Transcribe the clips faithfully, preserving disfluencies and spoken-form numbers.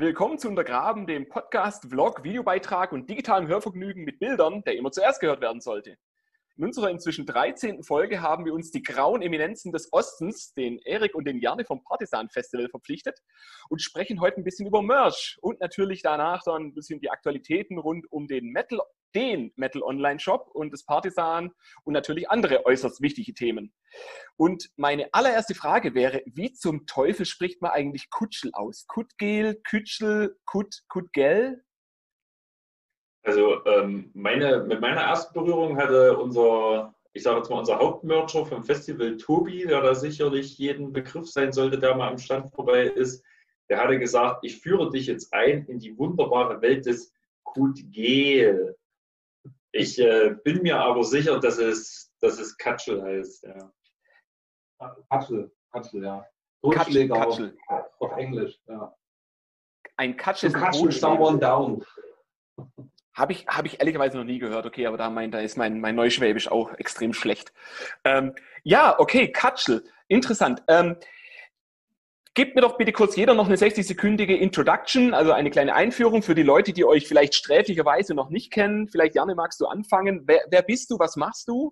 willkommen zu Untergraben, dem Podcast, Vlog, Videobeitrag und digitalem Hörvergnügen mit Bildern, der immer zuerst gehört werden sollte. In unserer inzwischen dreizehnten Folge haben wir uns die grauen Eminenzen des Ostens, den Erik und den Janne vom Partisan Festival, verpflichtet und sprechen heute ein bisschen über Merch und natürlich danach dann ein bisschen die Aktualitäten rund um den Metal, den Metal Online Shop und das Partisan und natürlich andere äußerst wichtige Themen. Und meine allererste Frage wäre, wie zum Teufel spricht man eigentlich Kutschel aus? Kutgel, Kütschel, Kut, Kutgel? Also ähm, meine, mit meiner ersten Berührung hatte unser, ich sage jetzt mal, unser Hauptmercher vom Festival, Tobi, der da sicherlich jeden Begriff sein sollte, der mal am Stand vorbei ist, der hatte gesagt, ich führe dich jetzt ein in die wunderbare Welt des Kutgel. Ich äh, bin mir aber sicher, dass es, dass es Katschel heißt. Ja. Katschel, Katschel, ja. Totschläger Katschel. Auf, auf Englisch, ja. Ein Katschel ist ein Katschel, someone down. Habe ich, hab ich ehrlicherweise noch nie gehört. Okay, aber da, mein, da ist mein, mein Neuschwäbisch auch extrem schlecht. Ähm, ja, okay, Katschel. Interessant. Ähm, gebt mir doch bitte kurz jeder noch eine sechzig-sekündige Introduction, also eine kleine Einführung für die Leute, die euch vielleicht sträflicherweise noch nicht kennen. Vielleicht, Janne, magst du anfangen? Wer, wer bist du? Was machst du?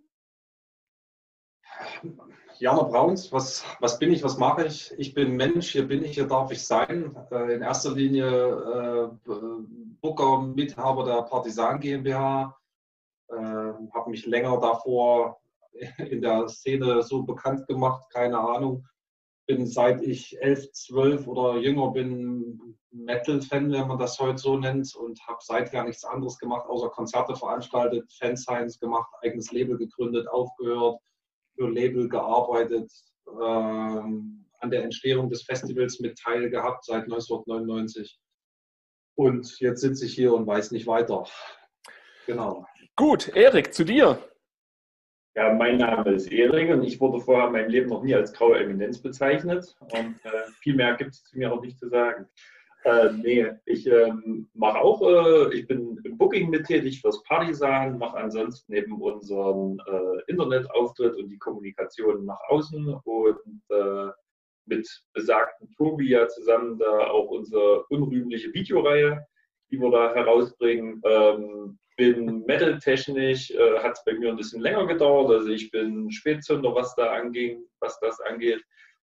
Janne Brauns, was, was bin ich, was mache ich? Ich bin Mensch, hier bin ich, hier darf ich sein. Äh, in erster Linie äh, Booker, Mithaber der Partisan GmbH. Äh, habe mich länger davor in der Szene so bekannt gemacht, keine Ahnung. Bin seit ich elf, zwölf oder jünger bin Metal-Fan, wenn man das heute so nennt, und habe seither nichts anderes gemacht, außer Konzerte veranstaltet, Fansigns gemacht, eigenes Label gegründet, aufgehört, für Label gearbeitet, ähm, an der Entstehung des Festivals mit teil gehabt seit neunzehnhundertneunundneunzig. Und jetzt sitze ich hier und weiß nicht weiter. Genau. Gut, Erik, zu dir. Ja, mein Name ist Erik und ich wurde vorher in meinem Leben noch nie als graue Eminenz bezeichnet. Und äh, viel mehr gibt es zu mir auch nicht zu sagen. Äh, nee, ich ähm, mache auch, äh, ich bin im Booking mit tätig fürs Partisan, mache ansonsten neben unseren äh, Internetauftritt und die Kommunikation nach außen und äh, mit besagten Tobi ja zusammen da auch unsere unrühmliche Videoreihe, die wir da herausbringen. Ähm, bin metal-technisch, äh, hat es bei mir ein bisschen länger gedauert, also ich bin Spätzünder, was da anging, was das angeht.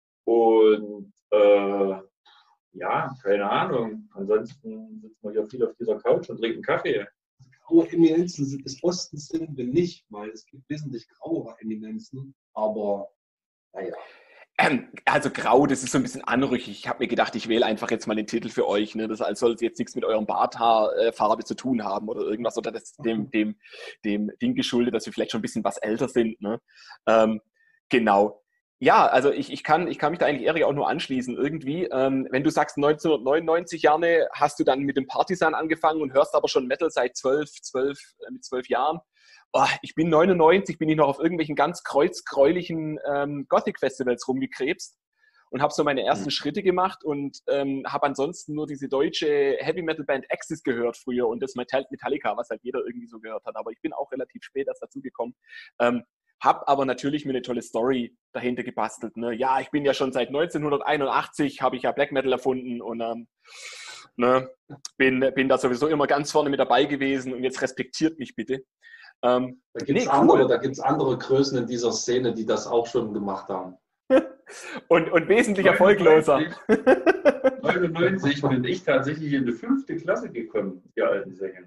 Und äh, ja, keine Ahnung. Ansonsten sitzen wir hier viel auf dieser Couch und trinken Kaffee. Graue Eminenzen des Ostens sind wir nicht, weil es gibt wesentlich grauere Eminenzen, aber naja. Ähm, also grau, das ist so ein bisschen anrüchig. Ich habe mir gedacht, ich wähle einfach jetzt mal den Titel für euch. Ne? Das soll jetzt nichts mit eurem Barthaarfarbe zu tun haben oder irgendwas, oder das dem, dem, dem Ding geschuldet, dass wir vielleicht schon ein bisschen was älter sind. Ne? Ähm, genau. Ja, also ich, ich, kann, ich kann mich da eigentlich Erik auch nur anschließen irgendwie. Ähm, wenn du sagst neunzehnhundertneunundneunzig, Janne, hast du dann mit dem Partisan angefangen und hörst aber schon Metal seit zwölf, zwölf, äh, mit zwölf Jahren. Oh, ich bin neunundneunzig, bin ich noch auf irgendwelchen ganz kreuzgräulichen ähm, Gothic-Festivals rumgekrebst und habe so meine ersten mhm. Schritte gemacht und ähm, habe ansonsten nur diese deutsche Heavy-Metal-Band Axis gehört früher und das Metallica, was halt jeder irgendwie so gehört hat. Aber ich bin auch relativ spät erst dazugekommen. Ähm, Hab aber natürlich mir eine tolle Story dahinter gebastelt. Ne? Ja, ich bin ja schon seit neunzehnhunderteinundachtzig, habe ich ja Black Metal erfunden und ähm, ne, bin, bin da sowieso immer ganz vorne mit dabei gewesen und jetzt respektiert mich bitte. Ähm, da gibt es nee, andere, cool. andere Größen in dieser Szene, die das auch schon gemacht haben. und, und wesentlich erfolgloser. neunundneunzig bin ich tatsächlich in die fünfte Klasse gekommen, die alten Sänger.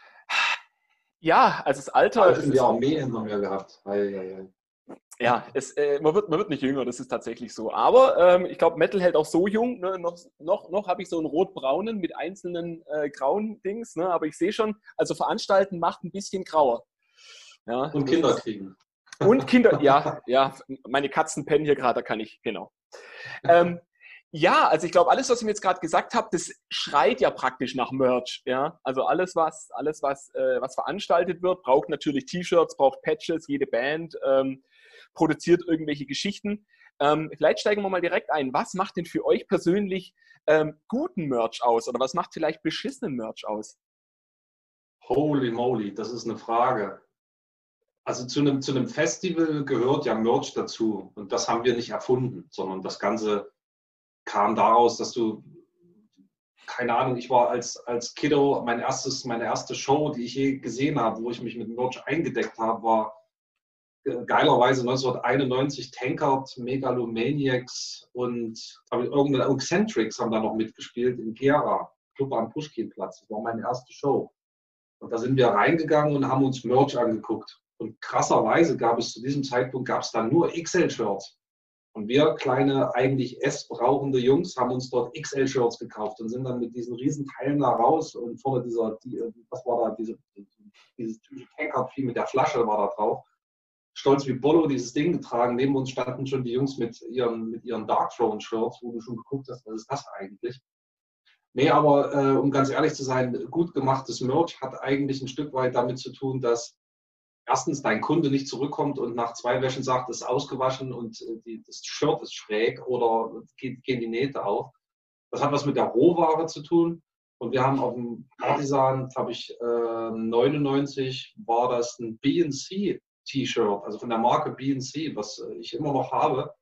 Ja, also das Alter... Also in die Armee haben wir gehabt. Ei, ei, ei. Ja, es, äh, man, wird, man wird nicht jünger, das ist tatsächlich so. Aber ähm, ich glaube, Metal hält auch so jung. Ne? Noch, noch, noch habe ich so einen rot-braunen mit einzelnen äh, grauen Dings. Ne? Aber ich sehe schon, also Veranstalten macht ein bisschen grauer. Ja, und Kinder kriegen. Und Kinder, ja, ja, meine Katzen pennen hier gerade, da kann ich, genau. Ähm, ja, also ich glaube, alles, was ich mir jetzt gerade gesagt habe, das schreit ja praktisch nach Merch. Ja? Also alles, was, alles was, äh, was veranstaltet wird, braucht natürlich T-Shirts, braucht Patches, jede Band ähm, produziert irgendwelche Geschichten. Ähm, vielleicht steigen wir mal direkt ein. Was macht denn für euch persönlich ähm, guten Merch aus? Oder was macht vielleicht beschissenen Merch aus? Holy moly, das ist eine Frage. Also zu einem, zu einem Festival gehört ja Merch dazu. Und das haben wir nicht erfunden, sondern das Ganze kam daraus, dass du keine Ahnung, ich war als, als Kiddo, mein erstes, meine erste Show, die ich je gesehen habe, wo ich mich mit Merch eingedeckt habe, war geilerweise neunzehnhunderteinundneunzig Tankard, Megalomaniacs und irgendeine Eccentrics haben da noch mitgespielt in Gera, Club am Puschkinplatz. Das war meine erste Show. Und da sind wir reingegangen und haben uns Merch angeguckt. Und krasserweise gab es zu diesem Zeitpunkt gab es dann nur X L-Shirts. Und wir kleine, eigentlich S-brauchende Jungs haben uns dort X L-Shirts gekauft und sind dann mit diesen riesen Teilen da raus und vorne dieser, die, was war da, diese, dieses typische Tankard-Vieh mit der Flasche war da drauf. Stolz wie Bollo dieses Ding getragen. Neben uns standen schon die Jungs mit ihren, mit ihren Dark Throne-Shirts, wo du schon geguckt hast, was ist das eigentlich? Nee, aber äh, um ganz ehrlich zu sein, gut gemachtes Merch hat eigentlich ein Stück weit damit zu tun, dass erstens dein Kunde nicht zurückkommt und nach zwei Wäschen sagt, es ist ausgewaschen und äh, die, das Shirt ist schräg oder geht, gehen die Nähte auf. Das hat was mit der Rohware zu tun. Und wir haben auf dem Partisan, glaube ich, äh, neunundneunzig war das ein B and C T-Shirt, also von der Marke B and C, was ich immer noch habe.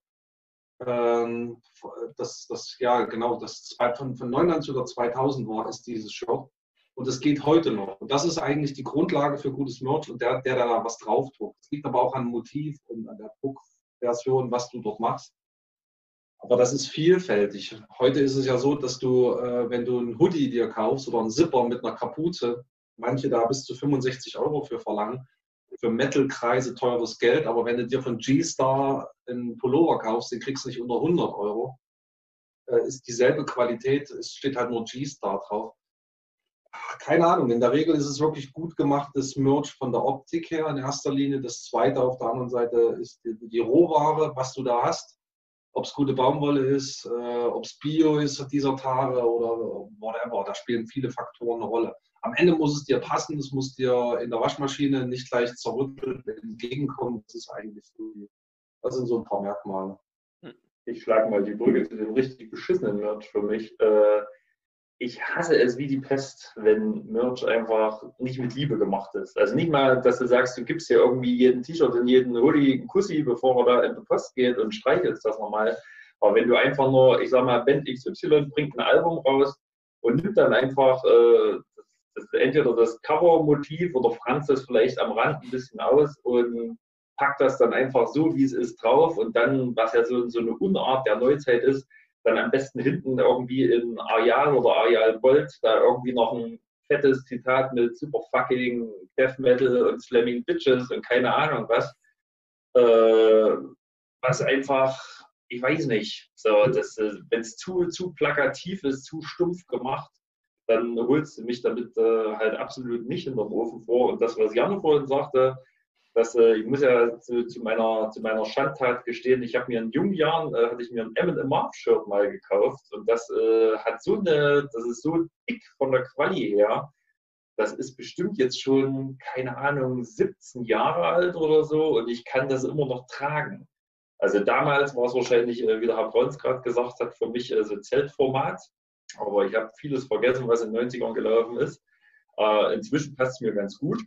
Ähm, das, das, ja, genau, das von, von neunundneunzig oder zweitausend war, ist dieses Shirt. Und das geht heute noch. Und das ist eigentlich die Grundlage für gutes Merch und der, der da was drauf druckt. Es liegt aber auch an Motiv und an der Druckversion, was du dort machst. Aber das ist vielfältig. Heute ist es ja so, dass du, äh, wenn du einen Hoodie dir kaufst oder einen Zipper mit einer Kapuze, manche da bis zu fünfundsechzig Euro für verlangen, für Metal-Kreise teures Geld, aber wenn du dir von G-Star einen Pullover kaufst, den kriegst du nicht unter hundert Euro, äh, ist dieselbe Qualität, es steht halt nur G-Star drauf. Keine Ahnung, in der Regel ist es wirklich gut gemachtes Merch von der Optik her in erster Linie. Das zweite auf der anderen Seite ist die, die Rohware, was du da hast. Ob es gute Baumwolle ist, äh, ob es Bio ist dieser Tage oder whatever, da spielen viele Faktoren eine Rolle. Am Ende muss es dir passen, es muss dir in der Waschmaschine nicht gleich zerrüttelt entgegenkommen. Das ist eigentlich so, das sind so ein paar Merkmale. Ich schlage mal die Brücke zu dem richtig beschissenen Merch für mich. Äh, ich hasse es wie die Pest, wenn Merch einfach nicht mit Liebe gemacht ist. Also nicht mal, dass du sagst, du gibst ja irgendwie jeden T-Shirt und jeden Hoodie einen Kussi, bevor er da in die Post geht und streichelst das nochmal. Aber wenn du einfach nur, ich sag mal, Band X Y bringt ein Album raus und nimmt dann einfach äh, das, das, entweder das Cover-Motiv oder franzt das vielleicht am Rand ein bisschen aus und packt das dann einfach so, wie es ist, drauf und dann, was ja so, so eine Unart der Neuzeit ist, dann am besten hinten irgendwie in Arial oder Arial Gold da irgendwie noch ein fettes Zitat mit super fucking Death Metal und Slamming Bitches und keine Ahnung was. Äh, was einfach, ich weiß nicht, so, wenn es zu, zu plakativ ist, zu stumpf gemacht, dann holst du mich damit äh, halt absolut nicht in den Ofen vor. Und das, was Janne vorhin sagte, dass, äh, ich muss ja zu, zu, meiner, zu meiner Schandtat gestehen, ich habe mir in jungen Jahren, äh, hatte ich mir ein M and M Shirt mal gekauft und das äh, hat so eine, das ist so dick von der Quali her, das ist bestimmt jetzt schon, keine Ahnung, siebzehn Jahre alt oder so und ich kann das immer noch tragen. Also damals war es wahrscheinlich, äh, wie der Herr Brons gerade gesagt hat, für mich äh, so Zeltformat, aber ich habe vieles vergessen, was in den neunzigern gelaufen ist. Äh, inzwischen passt es mir ganz gut.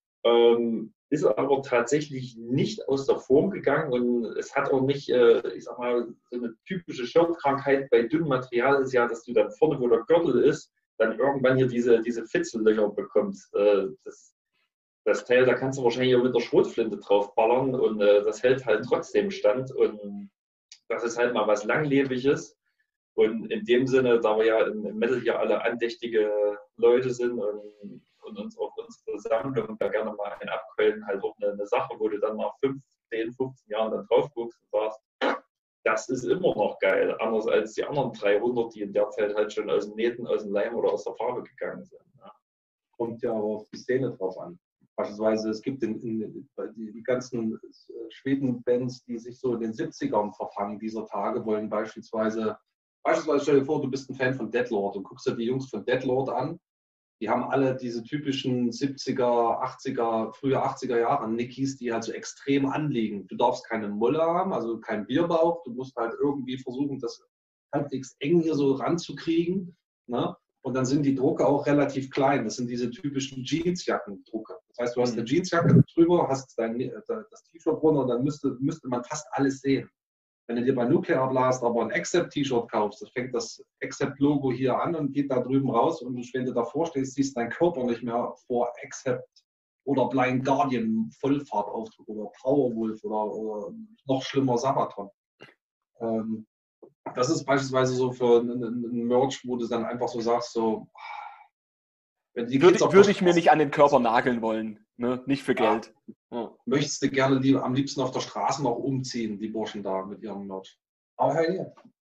Ähm, ist aber tatsächlich nicht aus der Form gegangen und es hat auch nicht, äh, ich sag mal, so eine typische Shirtkrankheit bei dünnem Material ist ja, dass du dann vorne, wo der Gürtel ist, dann irgendwann hier diese, diese Fitzellöcher bekommst. Äh, das, das Teil, da kannst du wahrscheinlich auch mit der Schrotflinte draufballern und äh, das hält halt trotzdem stand und das ist halt mal was Langlebiges. Und in dem Sinne, da wir ja im Metal hier alle andächtige Leute sind und und uns auf unsere Sammlung da gerne mal ein abquellen, halt auch eine, eine Sache, wo du dann nach fünf, zehn, fünfzehn Jahren dann drauf guckst und sagst, das ist immer noch geil, anders als die anderen dreihundert, die in der Zeit halt schon aus dem Nähten, aus dem Leim oder aus der Farbe gegangen sind. Ja. Kommt ja auch auf die Szene drauf an. Beispielsweise, es gibt in, in, die, die ganzen Schweden-Bands, die sich so in den siebzigern verfangen dieser Tage, wollen beispielsweise, beispielsweise stell dir vor, du bist ein Fan von Deadlord und guckst dir die Jungs von Deadlord an. Die haben alle diese typischen siebziger, achtziger, frühe achtziger Jahre Nickys, die halt so extrem anliegen. Du darfst keine Molle haben, also keinen Bierbauch. Du musst halt irgendwie versuchen, das halbwegs eng hier so ranzukriegen. Ne? Und dann sind die Drucke auch relativ klein. Das sind diese typischen Jeansjacken-Drucke. Das heißt, du hast eine Jeansjacke drüber, hast dein, das T-Shirt runter und dann müsste, müsste man fast alles sehen. Wenn du dir bei Nuclear Blast aber ein Accept-T-Shirt kaufst, das fängt das Accept-Logo hier an und geht da drüben raus und wenn du davor stehst, siehst dein Körper nicht mehr vor Accept oder Blind Guardian Vollfarbaufdruck oder Powerwolf oder, oder noch schlimmer Sabaton. Ähm, das ist beispielsweise so für ein, ein Merch, wo du dann einfach so sagst, so wenn die würde, Kids auf würde der ich mir nicht an den Körper nageln wollen, ne? Nicht für Ja. Geld. Ja. Möchtest du gerne lieb, am liebsten auf der Straße noch umziehen, die Burschen da mit ihrem Merch. Aber hey,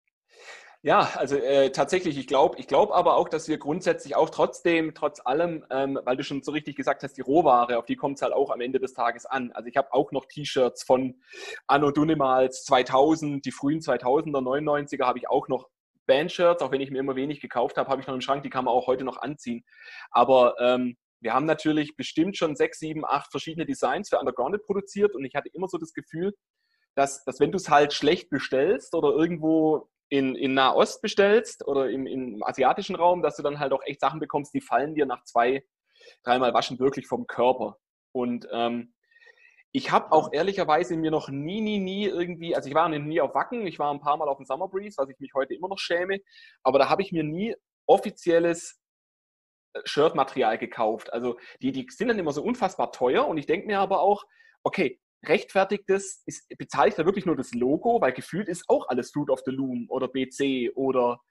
Ja, also äh, tatsächlich, ich glaube ich glaub aber auch, dass wir grundsätzlich auch trotzdem, trotz allem, ähm, weil du schon so richtig gesagt hast, die Rohware, auf die kommt es halt auch am Ende des Tages an. Also ich habe auch noch T-Shirts von Anno Dunnemals zweitausend, die frühen zweitausender, neunundneunziger habe ich auch noch Bandshirts, auch wenn ich mir immer wenig gekauft habe, habe ich noch im Schrank, die kann man auch heute noch anziehen. Aber ähm, wir haben natürlich bestimmt schon sechs, sieben, acht verschiedene Designs für Undergrounded produziert und ich hatte immer so das Gefühl, dass, dass wenn du es halt schlecht bestellst oder irgendwo in, in Nahost bestellst oder im, im asiatischen Raum, dass du dann halt auch echt Sachen bekommst, die fallen dir nach zwei, dreimal Waschen wirklich vom Körper. Und ähm, ich habe auch ehrlicherweise mir noch nie, nie, nie irgendwie, also ich war nie auf Wacken, ich war ein paar Mal auf dem Summer Breeze, was ich mich heute immer noch schäme, aber da habe ich mir nie offizielles Shirtmaterial gekauft. Also die, die sind dann immer so unfassbar teuer und ich denke mir aber auch, okay, rechtfertigt das, ist, bezahle ich da wirklich nur das Logo, weil gefühlt ist auch alles Fruit of the Loom oder B C oder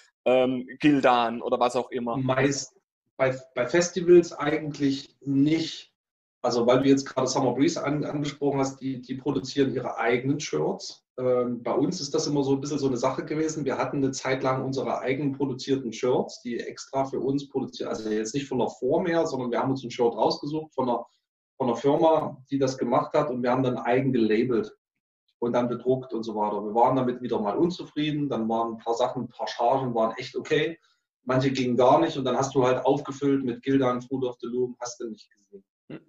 ähm, Gildan oder was auch immer. meist bei, bei Festivals eigentlich nicht. Also weil du jetzt gerade Summer Breeze an, angesprochen hast, die, die produzieren ihre eigenen Shirts. Ähm, bei uns ist das immer so ein bisschen so eine Sache gewesen. Wir hatten eine Zeit lang unsere eigenen produzierten Shirts, die extra für uns produziert, also jetzt nicht von der Form her, sondern wir haben uns ein Shirt rausgesucht von einer, von einer Firma, die das gemacht hat und wir haben dann eigen gelabelt und dann bedruckt und so weiter. Wir waren damit wieder mal unzufrieden, dann waren ein paar Sachen, ein paar Chargen waren echt okay, manche gingen gar nicht und dann hast du halt aufgefüllt mit Gildan, Fruit of the Loom, hast du nicht gesehen.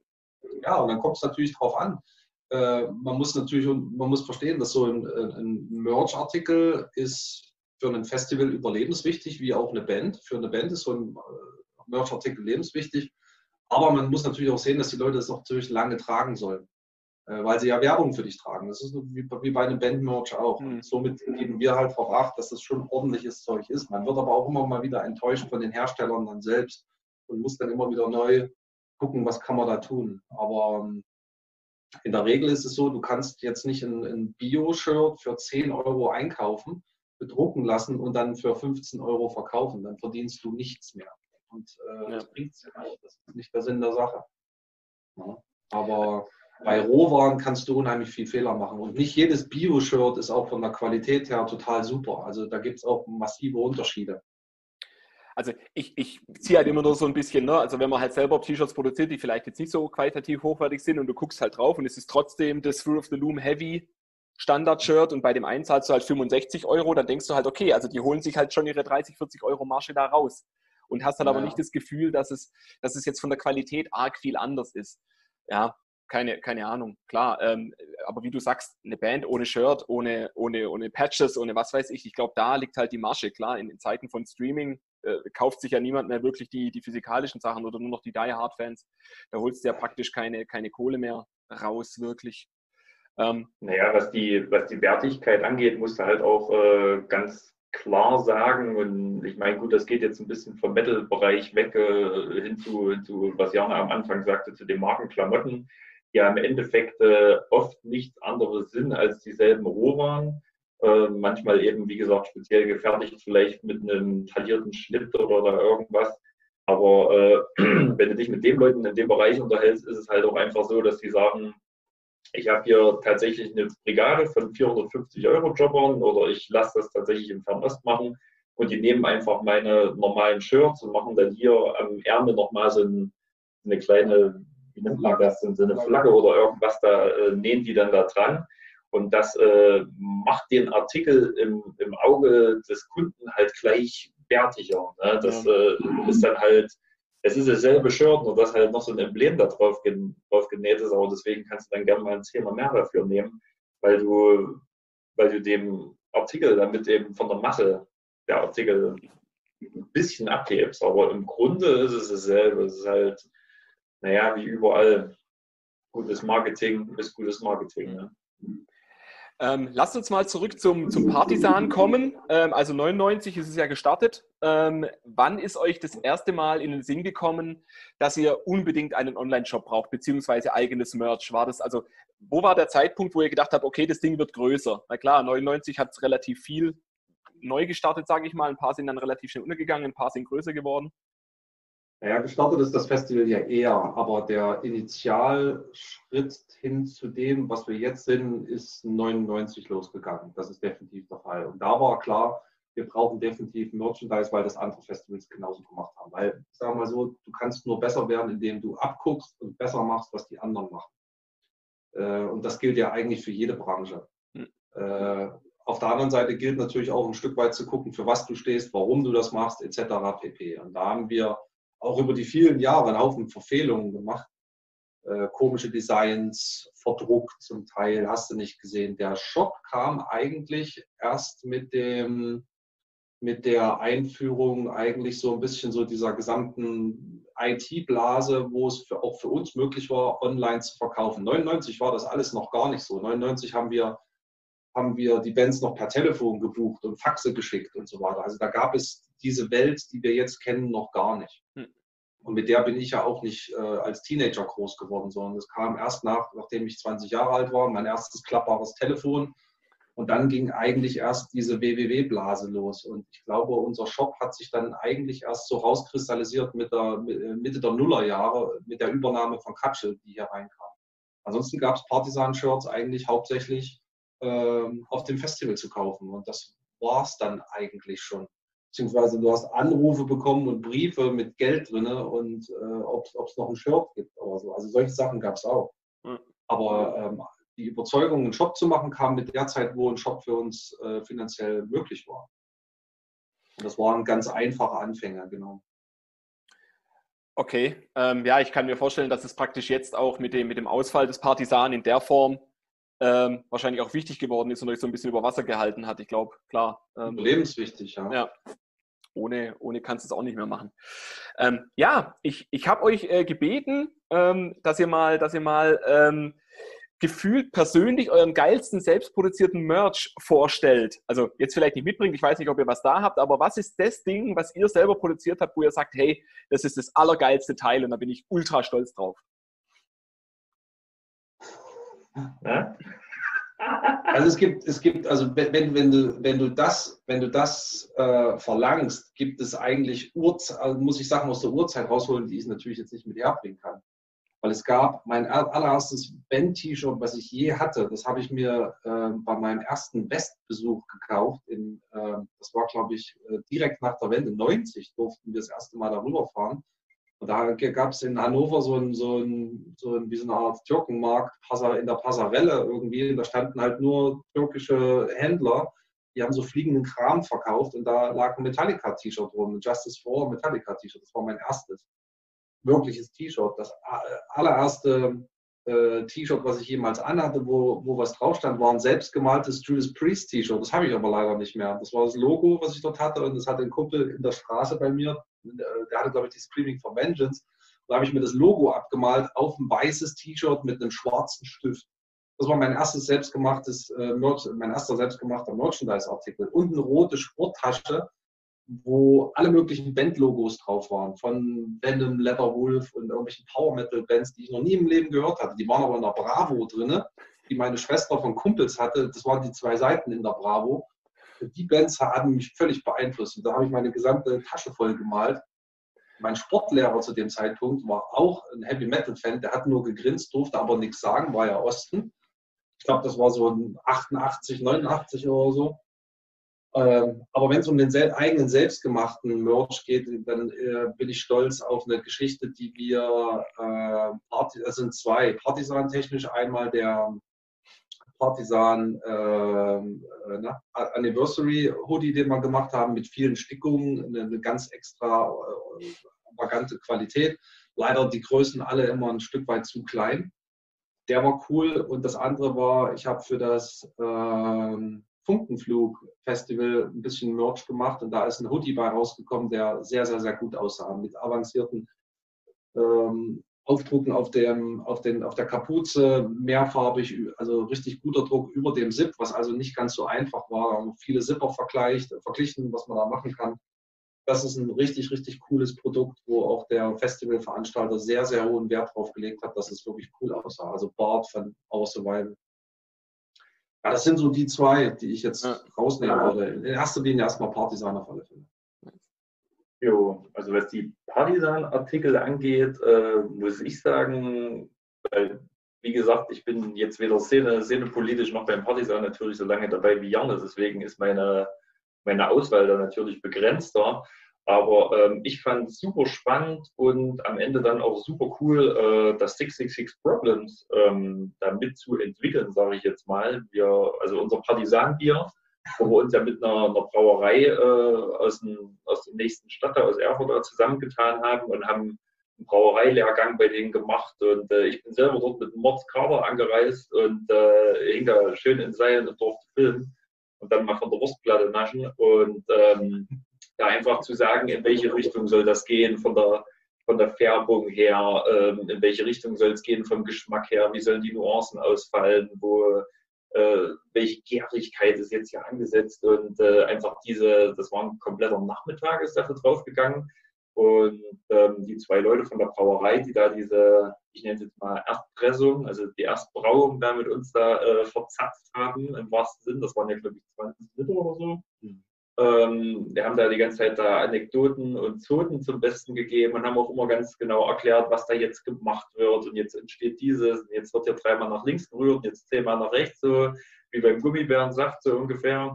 Ja, und dann kommt es natürlich drauf an. Äh, man muss natürlich, man muss verstehen, dass so ein, ein Merch-Artikel ist für ein Festival überlebenswichtig, wie auch eine Band. Für eine Band ist so ein Merch-Artikel lebenswichtig. Aber man muss natürlich auch sehen, dass die Leute das auch natürlich lange tragen sollen, äh, weil sie ja Werbung für dich tragen. Das ist wie, wie bei einem Band-Merch auch. Hm. Und somit geben wir halt darauf Acht, dass das schon ordentliches Zeug ist. Man wird aber auch immer mal wieder enttäuscht von den Herstellern dann selbst und muss dann immer wieder neu gucken, was kann man da tun. Aber ähm, in der Regel ist es so, du kannst jetzt nicht ein, ein Bio-Shirt für zehn Euro einkaufen, bedrucken lassen und dann für fünfzehn Euro verkaufen. Dann verdienst du nichts mehr. Und äh, ja. das bringt es ja nicht. Das ist nicht der Sinn der Sache. Ja. Aber bei Rohwaren kannst du unheimlich viel Fehler machen. Und nicht jedes Bio-Shirt ist auch von der Qualität her total super. Also da gibt es auch massive Unterschiede. Also ich, ich ziehe halt immer nur so ein bisschen, ne? Also wenn man halt selber T-Shirts produziert, die vielleicht jetzt nicht so qualitativ hochwertig sind und du guckst halt drauf und es ist trotzdem das Fruit of the Loom Heavy Standard-Shirt und bei dem einen zahlst du halt fünfundsechzig Euro, dann denkst du halt, okay, also die holen sich halt schon ihre dreißig, vierzig Euro Marge da raus und hast dann ja. aber nicht das Gefühl, dass es, dass es jetzt von der Qualität arg viel anders ist. Ja, keine, keine Ahnung, klar. Ähm, aber wie du sagst, eine Band ohne Shirt, ohne, ohne, ohne Patches, ohne was weiß ich, ich glaube, da liegt halt die Marge. Klar, in, in Zeiten von Streaming äh, kauft sich ja niemand mehr wirklich die, die physikalischen Sachen oder nur noch die Die-Hard-Fans. Da holst du ja praktisch keine, keine Kohle mehr raus, wirklich. Ähm, naja, was die, was die Wertigkeit angeht, musst du halt auch äh, ganz klar sagen, und ich meine, gut, das geht jetzt ein bisschen vom Metal-Bereich weg äh, hin, zu, hin zu, was Jana am Anfang sagte, zu den Markenklamotten, die ja im Endeffekt äh, oft nichts anderes sind als dieselben Rohwaren. Äh, manchmal eben, wie gesagt, speziell gefertigt, vielleicht mit einem taillierten Schnitt oder, oder irgendwas. Aber äh, wenn du dich mit den Leuten in dem Bereich unterhältst, ist es halt auch einfach so, dass die sagen, ich habe hier tatsächlich eine Brigade von vierhundertfünfzig Euro Jobbern oder ich lasse das tatsächlich im Fernost machen und die nehmen einfach meine normalen Shirts und machen dann hier am Ärmel nochmal so ein, eine kleine, wie nennt man das, so eine Flagge oder irgendwas, da äh, nähen die dann da dran. Und das äh, macht den Artikel im, im Auge des Kunden halt gleich wertiger. Ne? Das äh, ist dann halt, es ist dasselbe Shirt, nur dass halt noch so ein Emblem da drauf, gen, drauf genäht ist, aber deswegen kannst du dann gerne mal ein Zehner mehr dafür nehmen, weil du, weil du dem Artikel damit eben von der Masse der Artikel ein bisschen abhebst. Aber im Grunde ist es dasselbe. Es ist halt, naja, wie überall, gutes Marketing ist gutes Marketing. Ne? Ähm, lasst uns mal zurück zum, zum Partisan kommen. Ähm, also neunundneunzig ist es ja gestartet. Ähm, wann ist euch das erste Mal in den Sinn gekommen, dass ihr unbedingt einen Online-Shop braucht, beziehungsweise eigenes Merch? War das also, wo war der Zeitpunkt, wo ihr gedacht habt, okay, das Ding wird größer? Na klar, neunundneunzig hat es relativ viel neu gestartet, sage ich mal. Ein paar sind dann relativ schnell untergegangen, ein paar sind größer geworden. Naja, gestartet ist das Festival ja eher, aber der Initialschritt hin zu dem, was wir jetzt sind, ist neunundneunzig losgegangen. Das ist definitiv der Fall. Und da war klar, wir brauchen definitiv Merchandise, weil das andere Festivals genauso gemacht haben. Weil, sagen wir mal so, du kannst nur besser werden, indem du abguckst und besser machst, was die anderen machen. Und das gilt ja eigentlich für jede Branche. Hm. Auf der anderen Seite gilt natürlich auch ein Stück weit zu gucken, für was du stehst, warum du das machst, et cetera pp. Und da haben wir auch über die vielen Jahre einen Haufen Verfehlungen gemacht. Äh, komische Designs, verdruckt zum Teil, hast du nicht gesehen. Der Shop kam eigentlich erst mit dem, mit der Einführung eigentlich so ein bisschen so dieser gesamten I T-Blase, wo es für, auch für uns möglich war, online zu verkaufen. neunundneunzig war das alles noch gar nicht so. neunundneunzig haben wir haben wir die Bands noch per Telefon gebucht und Faxe geschickt und so weiter. Also da gab es diese Welt, die wir jetzt kennen, noch gar nicht. Hm. Und mit der bin ich ja auch nicht äh, als Teenager groß geworden, sondern das kam erst nach, nachdem ich zwanzig Jahre alt war, mein erstes klappbares Telefon. Und dann ging eigentlich erst diese W W W-Blase los. Und ich glaube, unser Shop hat sich dann eigentlich erst so rauskristallisiert mit der Mitte der Nullerjahre mit der Übernahme von Katschel, die hier reinkam. Ansonsten gab es Partisan-Shirts eigentlich hauptsächlich auf dem Festival zu kaufen. Und das war es dann eigentlich schon. Beziehungsweise du hast Anrufe bekommen und Briefe mit Geld drin und äh, ob es noch ein Shirt gibt oder so. Also solche Sachen gab es auch. Mhm. Aber ähm, die Überzeugung, einen Shop zu machen, kam mit der Zeit, wo ein Shop für uns äh, finanziell möglich war. Und das waren ganz einfache Anfänger, genau. Okay, ähm, ja, ich kann mir vorstellen, dass es praktisch jetzt auch mit dem, mit dem Ausfall des Partisan in der Form Ähm, wahrscheinlich auch wichtig geworden ist und euch so ein bisschen über Wasser gehalten hat. Ich glaube, klar. Ähm, Lebenswichtig, ja. ja. Ohne, ohne kannst du es auch nicht mehr machen. Ähm, ja, ich, ich habe euch äh, gebeten, ähm, dass ihr mal, dass ihr mal ähm, gefühlt persönlich euren geilsten selbstproduzierten Merch vorstellt. Also jetzt vielleicht nicht mitbringt, ich weiß nicht, ob ihr was da habt, aber was ist das Ding, was ihr selber produziert habt, wo ihr sagt, hey, das ist das allergeilste Teil und da bin ich ultra stolz drauf. Ja? Also es gibt, es gibt, also wenn, wenn du, wenn du das, wenn du das äh, verlangst, gibt es eigentlich Urzeit, also muss ich Sachen aus der Urzeit rausholen, die ich natürlich jetzt nicht mit herbringen kann. Weil es gab mein allererstes Band-T-Shirt, was ich je hatte, das habe ich mir äh, bei meinem ersten Westbesuch gekauft. In, äh, das war, glaube ich, direkt nach der Wende, neunzig durften wir das erste Mal darüber fahren. Und da gab es in Hannover so ein, so ein, so ein, wie so eine Art Türkenmarkt in der Passarelle irgendwie. Und da standen halt nur türkische Händler, die haben so fliegenden Kram verkauft und da lag ein Metallica-T-Shirt drin, ein Justice for Metallica-T-Shirt. Das war mein erstes wirkliches T-Shirt. Das allererste äh, T-Shirt, was ich jemals anhatte, wo, wo was drauf stand, war ein selbstgemaltes Judas Priest T-Shirt. Das habe ich aber leider nicht mehr. Das war das Logo, was ich dort hatte und das hatte ein Kumpel in der Straße bei mir. Der hatte, glaube ich, die Screaming for Vengeance. Da habe ich mir das Logo abgemalt auf ein weißes T-Shirt mit einem schwarzen Stift. Das war mein erstes selbstgemachtes, äh, mein erster selbstgemachter Merchandise-Artikel. Und eine rote Sporttasche, wo alle möglichen Bandlogos drauf waren. Von Venom, Leatherwolf und irgendwelchen Power-Metal-Bands, die ich noch nie im Leben gehört hatte. Die waren aber in der Bravo drin, die meine Schwester von Kumpels hatte. Das waren die zwei Seiten in der Bravo. Die Bands hatten mich völlig beeinflusst. Und da habe ich meine gesamte Tasche voll gemalt. Mein Sportlehrer zu dem Zeitpunkt war auch ein Heavy-Metal-Fan. Der hat nur gegrinst, durfte aber nichts sagen, war ja Osten. Ich glaube, das war so ein achtundachtzig, neunundachtzig oder so. Ähm, aber wenn es um den sel- eigenen selbstgemachten Merch geht, dann äh, bin ich stolz auf eine Geschichte, die wir, äh, Party, das sind zwei, Partisan-technisch, einmal der Partisan äh, na, Anniversary Hoodie, den wir gemacht haben, mit vielen Stickungen, eine, eine ganz extra äh, markante Qualität. Leider die Größen alle immer ein Stück weit zu klein. Der war cool und das andere war, ich habe für das äh, Funkenflug-Festival ein bisschen Merch gemacht und da ist ein Hoodie bei rausgekommen, der sehr, sehr, sehr gut aussah, mit avancierten ähm, aufdrucken auf, dem, auf, den, auf der Kapuze, mehrfarbig, also richtig guter Druck über dem Zip, was also nicht ganz so einfach war. Viele Zipper vergleicht, verglichen, was man da machen kann. Das ist ein richtig, richtig cooles Produkt, wo auch der Festivalveranstalter sehr, sehr hohen Wert drauf gelegt hat, dass es wirklich cool aussah. Also Bart von Our Survival. Ja, das sind so die zwei, die ich jetzt ja. rausnehmen würde. In erster Linie erstmal Partisan auf alle Fälle. Jo, also was die Partisan-Artikel angeht, äh, muss ich sagen, weil, wie gesagt, ich bin jetzt weder Szene, szenepolitisch noch beim Partisan natürlich so lange dabei wie Janne, deswegen ist meine, meine Auswahl da natürlich begrenzter. Aber ähm, ich fand es super spannend und am Ende dann auch super cool, äh, das sechs sechs sechs Problems ähm, da mitzuentwickeln, sage ich jetzt mal. Wir, also unser Partisan-Bier, wo wir uns ja mit einer, einer Brauerei äh, aus, dem, aus dem nächsten Stadtteil, aus Erfurt, zusammengetan haben und haben einen Brauereilehrgang bei denen gemacht. Und äh, ich bin selber dort mit einem Mordskader angereist und äh, hing da schön in Seilen und durfte filmen und dann mal von der Wurstplatte naschen und ähm, da einfach zu sagen, in welche Richtung soll das gehen, von der, von der Färbung her, ähm, in welche Richtung soll es gehen, vom Geschmack her, wie sollen die Nuancen ausfallen, wo äh, welche Gärigkeit ist jetzt hier angesetzt und äh, einfach diese, das war ein kompletter Nachmittag, ist dafür draufgegangen und ähm, die zwei Leute von der Brauerei, die da diese, ich nenne es jetzt mal Erstpressung, also die Erstbrauung da mit uns da äh, verzapft haben, im wahrsten Sinn, das waren ja glaube ich zwanzig Liter oder so. Mhm. Ähm, wir haben da die ganze Zeit da Anekdoten und Zoten zum Besten gegeben und haben auch immer ganz genau erklärt, was da jetzt gemacht wird und jetzt entsteht dieses und jetzt wird hier dreimal nach links gerührt und jetzt zehnmal nach rechts, so wie beim Gummibärensaft so ungefähr.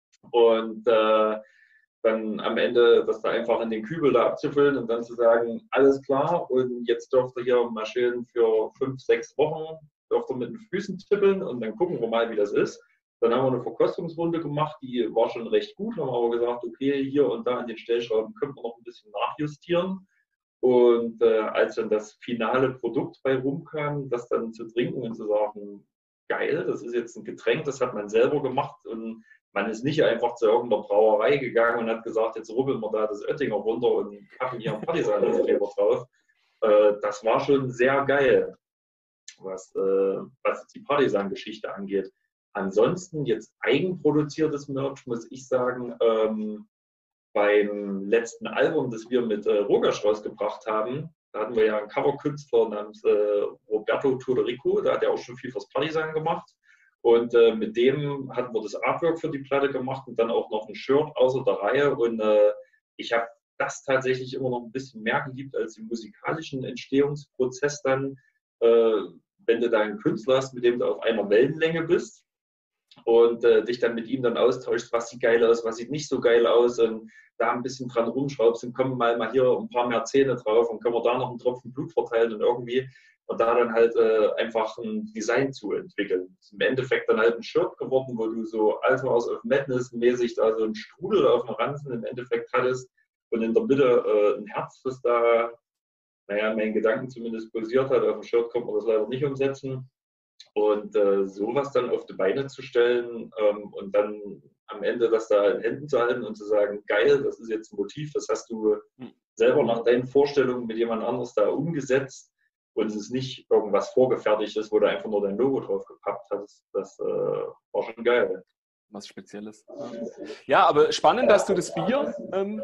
Und äh, dann am Ende das da einfach in den Kübel da abzufüllen und dann zu sagen, alles klar und jetzt dürft ihr hier mal schön für fünf, sechs Wochen dürft ihr mit den Füßen tippeln und dann gucken wir mal, wie das ist. Dann haben wir eine Verkostungsrunde gemacht, die war schon recht gut, haben aber gesagt, okay, hier und da an den Stellschrauben können wir noch ein bisschen nachjustieren. Und äh, als dann das finale Produkt bei rumkam, das dann zu trinken und zu sagen, geil, das ist jetzt ein Getränk, das hat man selber gemacht und man ist nicht einfach zu irgendeiner Brauerei gegangen und hat gesagt, jetzt rubbeln wir da das Oettinger runter und packen hier einen Partisan-Kleber drauf. Äh, das war schon sehr geil, was, äh, was die Partisan-Geschichte angeht. Ansonsten jetzt eigenproduziertes Merch, muss ich sagen, ähm, beim letzten Album, das wir mit äh, Rogasch rausgebracht haben, da hatten wir ja einen Coverkünstler namens äh, Roberto Toderico, da hat er auch schon viel fürs Partisan gemacht. Und äh, mit dem hatten wir das Artwork für die Platte gemacht und dann auch noch ein Shirt außer der Reihe. Und äh, ich habe das tatsächlich immer noch ein bisschen mehr geliebt als den musikalischen Entstehungsprozess dann, äh, wenn du da einen Künstler hast, mit dem du auf einer Wellenlänge bist und äh, dich dann mit ihm dann austauschst, was sieht geil aus, was sieht nicht so geil aus und da ein bisschen dran rumschraubst und kommen mal, mal hier ein paar mehr Zähne drauf und können wir da noch einen Tropfen Blut verteilen und irgendwie und da dann halt äh, einfach ein Design zu entwickeln. Das ist im Endeffekt dann halt ein Shirt geworden, wo du so Alter House of Madness mäßig da so einen Strudel auf dem Ranzen im Endeffekt hattest und in der Mitte äh, ein Herz, das da, naja, meinen Gedanken zumindest pulsiert hat. Auf dem Shirt konnte man das leider nicht umsetzen. Und äh, sowas dann auf die Beine zu stellen ähm, und dann am Ende das da in Händen zu halten und zu sagen, geil, das ist jetzt ein Motiv, das hast du selber nach deinen Vorstellungen mit jemand anderes da umgesetzt und es ist nicht irgendwas Vorgefertigtes, wo du einfach nur dein Logo drauf gepappt hast. Das äh, war schon geil. Was Spezielles. Ja, aber spannend, dass du das Bier ähm,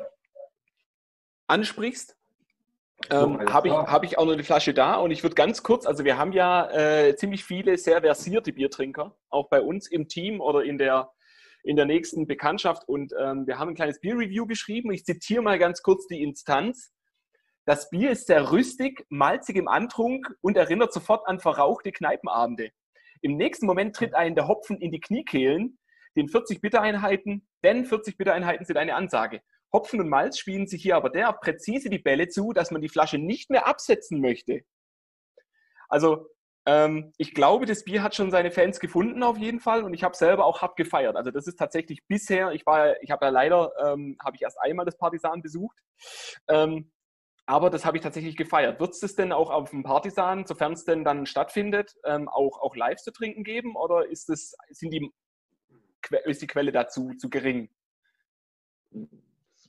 ansprichst. Ähm, habe ich, hab ich auch noch eine Flasche da und ich würde ganz kurz, also wir haben ja äh, ziemlich viele sehr versierte Biertrinker, auch bei uns im Team oder in der, in der nächsten Bekanntschaft und ähm, wir haben ein kleines Bier-Review geschrieben. Ich zitiere mal ganz kurz die Instanz. Das Bier ist sehr rüstig, malzig im Antrunk und erinnert sofort an verrauchte Kneipenabende. Im nächsten Moment tritt einen der Hopfen in die Kniekehlen, den vierzig Bittereinheiten, denn vierzig Bittereinheiten sind eine Ansage. Hopfen und Malz spielen sich hier aber derart präzise die Bälle zu, dass man die Flasche nicht mehr absetzen möchte. Also ähm, ich glaube, das Bier hat schon seine Fans gefunden auf jeden Fall und ich habe selber auch hart gefeiert. Also das ist tatsächlich bisher, ich war, ich habe ja leider, ähm, habe ich erst einmal das Partisan besucht, ähm, aber das habe ich tatsächlich gefeiert. Wird es das denn auch auf dem Partisan, sofern es denn dann stattfindet, ähm, auch, auch live zu trinken geben oder ist, das, sind die, ist die Quelle dazu zu gering?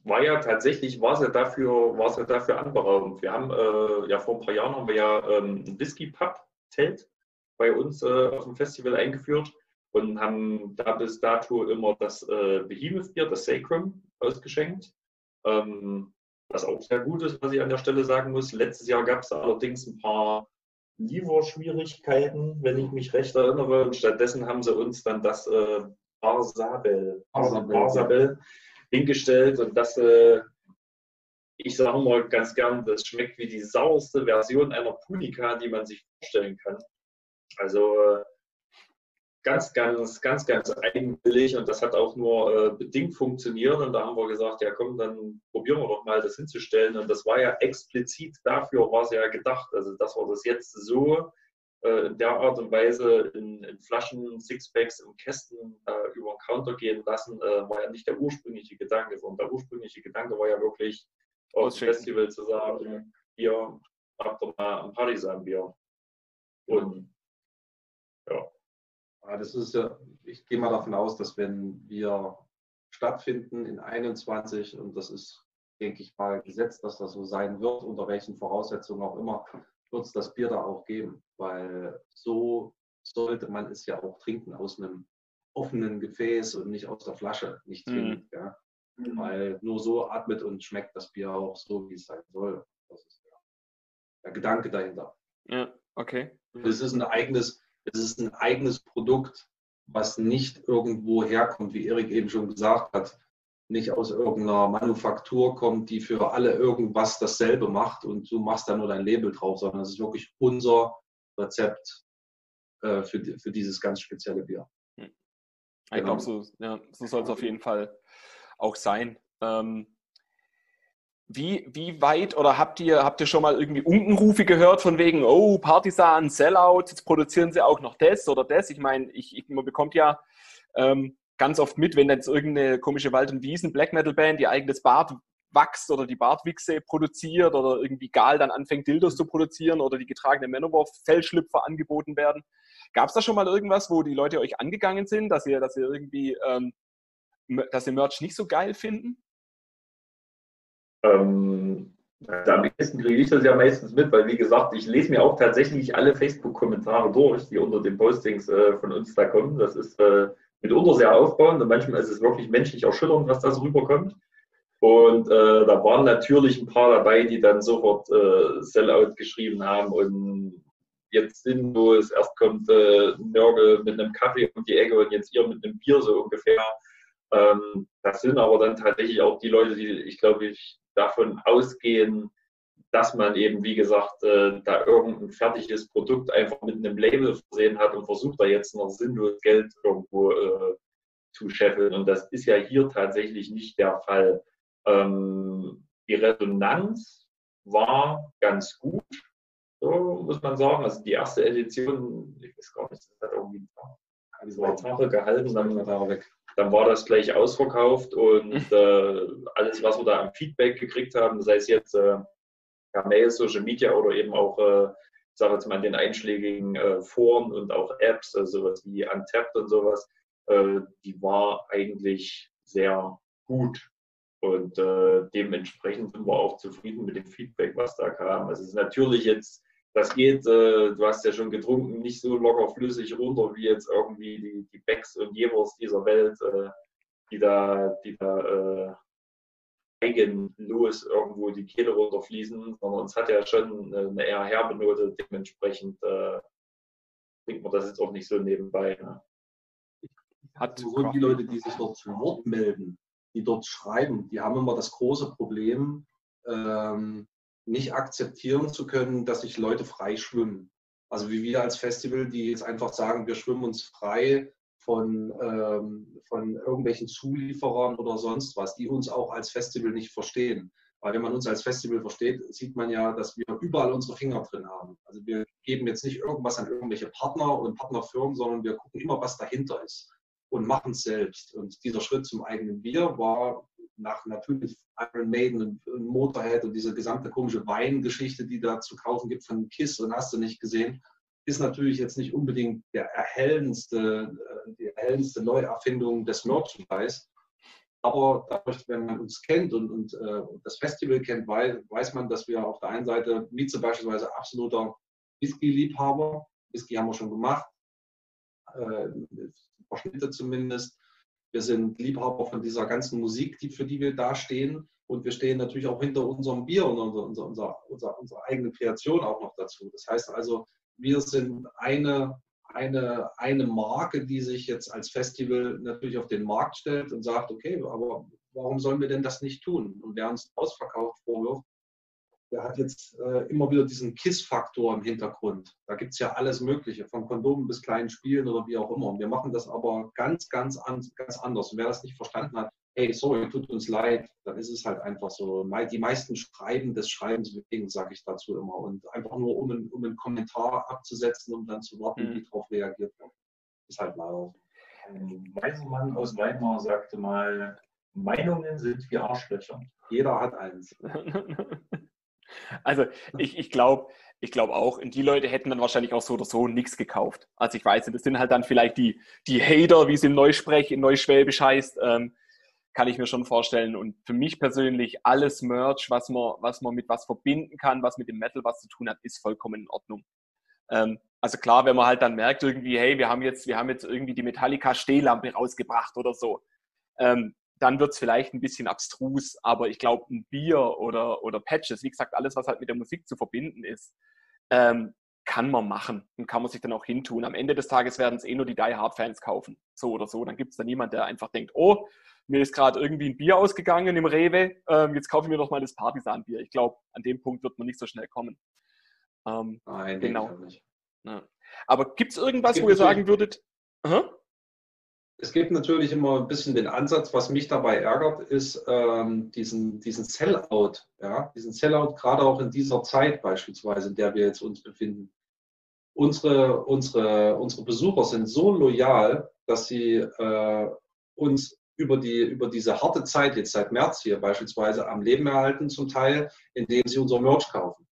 war ja tatsächlich, war es ja dafür, war es ja dafür anberaumt. Wir haben äh, ja vor ein paar Jahren haben wir ja ähm, ein Whisky-Pub-Zelt bei uns äh, auf dem Festival eingeführt und haben da bis dato immer das äh, Behemoth-Bier, das Sacrum, ausgeschenkt. Ähm, was auch sehr gut ist, was ich an der Stelle sagen muss. Letztes Jahr gab es allerdings ein paar Lieferschwierigkeiten, wenn ich mich recht erinnere. Und stattdessen haben sie uns dann das äh, Barsabel, Barsabel, Barsabel hingestellt. Und das, äh, ich sage mal ganz gern, das schmeckt wie die sauerste Version einer Punika, die man sich vorstellen kann. Also äh, ganz, ganz, ganz, ganz eigenwillig und das hat auch nur äh, bedingt funktioniert und da haben wir gesagt, ja komm, dann probieren wir doch mal das hinzustellen und das war ja explizit dafür, war es ja gedacht, also dass wir das jetzt so äh, in der Art und Weise in, in Flaschen, Sixpacks, in Kästen äh, über den Counter gehen lassen, äh, war ja nicht der ursprüngliche Gedanke, sondern der ursprüngliche Gedanke war ja wirklich auf dem Festival zu sagen, hier habt ihr mal ein Partisan-Bier und ja. Ja, das ist ja, ich gehe mal davon aus, dass wenn wir stattfinden in einundzwanzig, und das ist, denke ich mal, gesetzt, dass das so sein wird, unter welchen Voraussetzungen auch immer, wird es das Bier da auch geben. Weil so sollte man es ja auch trinken, aus einem offenen Gefäß und nicht aus der Flasche, nicht zwingend. Mhm. Ja. Mhm. Weil nur so atmet und schmeckt das Bier auch so, wie es sein soll. Das ist ja der Gedanke dahinter. Ja, okay. Das ist ein eigenes Es ist ein eigenes Produkt, was nicht irgendwo herkommt, wie Erik eben schon gesagt hat, nicht aus irgendeiner Manufaktur kommt, die für alle irgendwas dasselbe macht und du machst da nur dein Label drauf, sondern es ist wirklich unser Rezept äh, für, für dieses ganz spezielle Bier. Ich genau. glaube, so, ja, so soll es auf jeden Fall auch sein. Ähm, Wie, wie weit oder habt ihr, habt ihr schon mal irgendwie Unkenrufe gehört von wegen, oh, Partisan, Sellout, jetzt produzieren sie auch noch das oder das? Ich meine, ich, ich, man bekommt ja ähm, ganz oft mit, wenn jetzt irgendeine komische Wald- und Wiesen-Black-Metal-Band ihr eigenes Bartwachs oder die Bartwichse produziert oder irgendwie Gal dann anfängt, Dildos zu produzieren oder die getragene Manowar-Fellschlüpfer angeboten werden. Gab es da schon mal irgendwas, wo die Leute euch angegangen sind, dass ihr, dass ihr irgendwie, ähm, dass ihr Merch nicht so geil finden? Ähm, also am besten kriege ich das ja meistens mit, weil wie gesagt, ich lese mir auch tatsächlich alle Facebook-Kommentare durch, die unter den Postings äh, von uns da kommen. Das ist äh, mitunter sehr aufbauend und manchmal ist es wirklich menschlich erschütternd, was da so rüberkommt. Und äh, da waren natürlich ein paar dabei, die dann sofort äh, Sellout geschrieben haben und jetzt sinnlos, erst kommt äh, Nörgel mit einem Kaffee um die Ecke und jetzt ihr mit einem Bier so ungefähr. Ähm, das sind aber dann tatsächlich auch die Leute, die, ich glaube, ich davon ausgehen, dass man eben, wie gesagt, äh, da irgendein fertiges Produkt einfach mit einem Label versehen hat und versucht da jetzt noch sinnlos Geld irgendwo äh, zu scheffeln. Und das ist ja hier tatsächlich nicht der Fall. Ähm, die Resonanz war ganz gut, so muss man sagen. Also die erste Edition, ich weiß gar nicht, das hat irgendwie zwei Tage gehalten, dann war weg. Dann war das gleich ausverkauft und äh, alles, was wir da am Feedback gekriegt haben, sei es jetzt äh, per Mail, Social Media oder eben auch, äh, ich sage jetzt mal, in den einschlägigen äh, Foren und auch Apps, also sowas wie Untapped und sowas, äh, die war eigentlich sehr gut. Und äh, dementsprechend sind wir auch zufrieden mit dem Feedback, was da kam. Also es ist natürlich jetzt, das geht, äh, du hast ja schon getrunken, nicht so locker flüssig runter wie jetzt irgendwie die, die Becks und Jevers dieser Welt, äh, die da, die da äh, eigenlos irgendwo die Kehle runterfließen, sondern es hat ja schon eine eher herbe Note, dementsprechend äh, trinkt man das jetzt auch nicht so nebenbei. Ne? Hat so die Leute, die sich dort zu Wort melden, die dort schreiben, die haben immer das große Problem, ähm, nicht akzeptieren zu können, dass sich Leute frei schwimmen. Also wie wir als Festival, die jetzt einfach sagen, wir schwimmen uns frei von, ähm, von irgendwelchen Zulieferern oder sonst was, die uns auch als Festival nicht verstehen. Weil wenn man uns als Festival versteht, sieht man ja, dass wir überall unsere Finger drin haben. Also wir geben jetzt nicht irgendwas an irgendwelche Partner und Partnerfirmen, sondern wir gucken immer, was dahinter ist und machen es selbst. Und dieser Schritt zum eigenen Bier war nach natürlich Iron Maiden und Motorhead und diese gesamte komische Weingeschichte, die da zu kaufen gibt von Kiss und hast du nicht gesehen, ist natürlich jetzt nicht unbedingt der erhellendste, die erhellendste Neuerfindung des Merchandise. Aber dadurch, wenn man uns kennt und, und äh, das Festival kennt, weiß, weiß man, dass wir auf der einen Seite, Mieze beispielsweise, absoluter Whisky-Liebhaber, Whisky haben wir schon gemacht, äh, Verschnitte zumindest. Wir sind Liebhaber von dieser ganzen Musik, die, für die wir da stehen. Und wir stehen natürlich auch hinter unserem Bier und unserer unser, unser, unser, unserer eigenen Kreation auch noch dazu. Das heißt also, wir sind eine, eine, eine Marke, die sich jetzt als Festival natürlich auf den Markt stellt und sagt, okay, aber warum sollen wir denn das nicht tun? Und wer uns ausverkauft vorwirft, der hat jetzt äh, immer wieder diesen Kiss-Faktor im Hintergrund. Da gibt es ja alles Mögliche, von Kondomen bis kleinen Spielen oder wie auch immer. Und wir machen das aber ganz, ganz, an, ganz anders. Und wer das nicht verstanden hat, hey, sorry, tut uns leid, dann ist es halt einfach so. Die meisten schreiben des Schreibens wegen, sage ich dazu immer. Und einfach nur, um einen, um einen Kommentar abzusetzen, um dann zu warten, mhm. wie darauf reagiert wird. Ist halt leider so. Ein weiser Mann aus Weimar sagte mal, Meinungen sind wie Arschlöcher. Jeder hat eins. Also ich, ich glaube ich glaub auch, und die Leute hätten dann wahrscheinlich auch so oder so nichts gekauft. Also ich weiß nicht, das sind halt dann vielleicht die, die Hater, wie es im Neusprech, in Neuschwäbisch heißt, ähm, kann ich mir schon vorstellen. Und für mich persönlich, alles Merch, was man, was man mit was verbinden kann, was mit dem Metal was zu tun hat, ist vollkommen in Ordnung. Ähm, also klar, wenn man halt dann merkt irgendwie, hey, wir haben jetzt, wir haben jetzt irgendwie die Metallica-Stehlampe rausgebracht oder so, ähm, dann wird es vielleicht ein bisschen abstrus, aber ich glaube, ein Bier oder, oder Patches, wie gesagt, alles, was halt mit der Musik zu verbinden ist, ähm, kann man machen und kann man sich dann auch hintun. Am Ende des Tages werden es eh nur die Die-Hard-Fans kaufen, so oder so. Dann gibt es da niemand, der einfach denkt, oh, mir ist gerade irgendwie ein Bier ausgegangen im Rewe, ähm, jetzt kaufe ich mir doch mal das Partisan-Bier. Ich glaube, an dem Punkt wird man nicht so schnell kommen. Ähm, Nein, genau. nicht. Ja. Aber gibt es irgendwas, gibt wo ihr sagen würdet, aha? Es gibt natürlich immer ein bisschen den Ansatz, was mich dabei ärgert, ist ähm, diesen, diesen Sellout. Ja? Diesen Sellout, gerade auch in dieser Zeit beispielsweise, in der wir jetzt uns befinden. Unsere, unsere, unsere Besucher sind so loyal, dass sie äh, uns über, die, über diese harte Zeit, jetzt seit März hier beispielsweise, am Leben erhalten, zum Teil, indem sie unser Merch kaufen.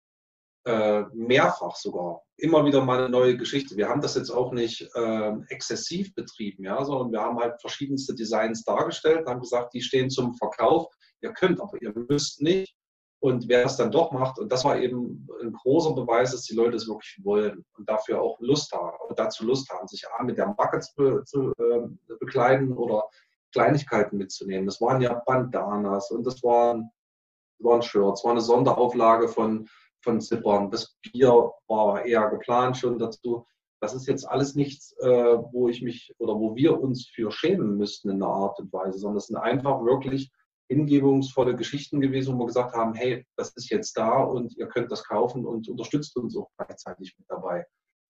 Äh, mehrfach sogar. Immer wieder mal eine neue Geschichte. Wir haben das jetzt auch nicht äh, exzessiv betrieben, ja, sondern wir haben halt verschiedenste Designs dargestellt und haben gesagt, die stehen zum Verkauf. Ihr könnt, aber ihr müsst nicht. Und wer das dann doch macht, und das war eben ein großer Beweis, dass die Leute es wirklich wollen und dafür auch Lust haben, und dazu Lust haben, sich A, mit der Marke zu, be, zu äh, bekleiden oder Kleinigkeiten mitzunehmen. Das waren ja Bandanas und das waren, waren Shirts, war eine Sonderauflage von von Zippern. Das Bier war eher geplant schon dazu. Das ist jetzt alles nichts, äh, wo ich mich oder wo wir uns für schämen müssten in einer Art und Weise, sondern es sind einfach wirklich hingebungsvolle Geschichten gewesen, wo wir gesagt haben, hey, das ist jetzt da und ihr könnt das kaufen und unterstützt uns auch gleichzeitig mit dabei.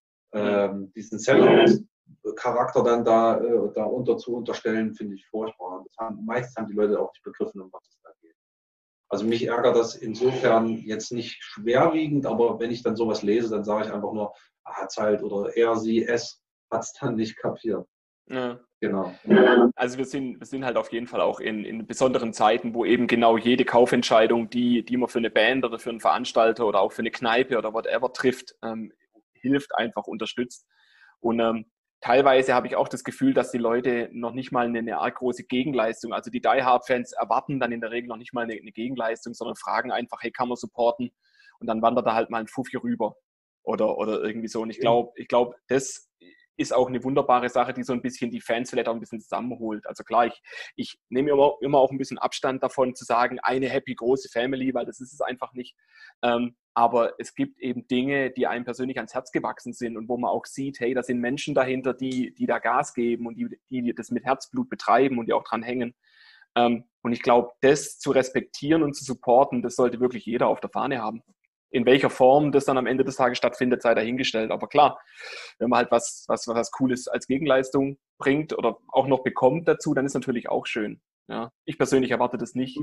Ähm, diesen Sellout-Charakter dann da, äh, da unter zu unterstellen, finde ich furchtbar. Das haben, meistens haben die Leute auch nicht begriffen, um was es da geht. Also mich ärgert das insofern jetzt nicht schwerwiegend, aber wenn ich dann sowas lese, dann sage ich einfach nur, hat es halt oder er, sie, es hat es dann nicht kapiert. Ja. Genau. Also wir sind, wir sind halt auf jeden Fall auch in, in besonderen Zeiten, wo eben genau jede Kaufentscheidung, die, die man für eine Band oder für einen Veranstalter oder auch für eine Kneipe oder whatever trifft, ähm, hilft, einfach unterstützt. Und ähm, teilweise habe ich auch das Gefühl, dass die Leute noch nicht mal eine, eine arg große Gegenleistung, also die Die-Hard-Fans erwarten dann in der Regel noch nicht mal eine, eine Gegenleistung, sondern fragen einfach, hey, kann man supporten? Und dann wandert da halt mal ein Fuffi rüber oder, oder irgendwie so. Und ich glaube, ich glaube, das ist auch eine wunderbare Sache, die so ein bisschen die Fans vielleicht auch ein bisschen zusammenholt. Also klar, ich, ich nehme immer, immer auch ein bisschen Abstand davon zu sagen, eine happy große Family, weil das ist es einfach nicht. Ähm, aber es gibt eben Dinge, die einem persönlich ans Herz gewachsen sind und wo man auch sieht, hey, da sind Menschen dahinter, die, die da Gas geben und die, die das mit Herzblut betreiben und die auch dran hängen. Ähm, und ich glaube, das zu respektieren und zu supporten, das sollte wirklich jeder auf der Fahne haben. In welcher Form das dann am Ende des Tages stattfindet, sei dahingestellt. Aber klar, wenn man halt was, was, was Cooles als Gegenleistung bringt oder auch noch bekommt dazu, dann ist natürlich auch schön. Ja, ich persönlich erwarte das nicht.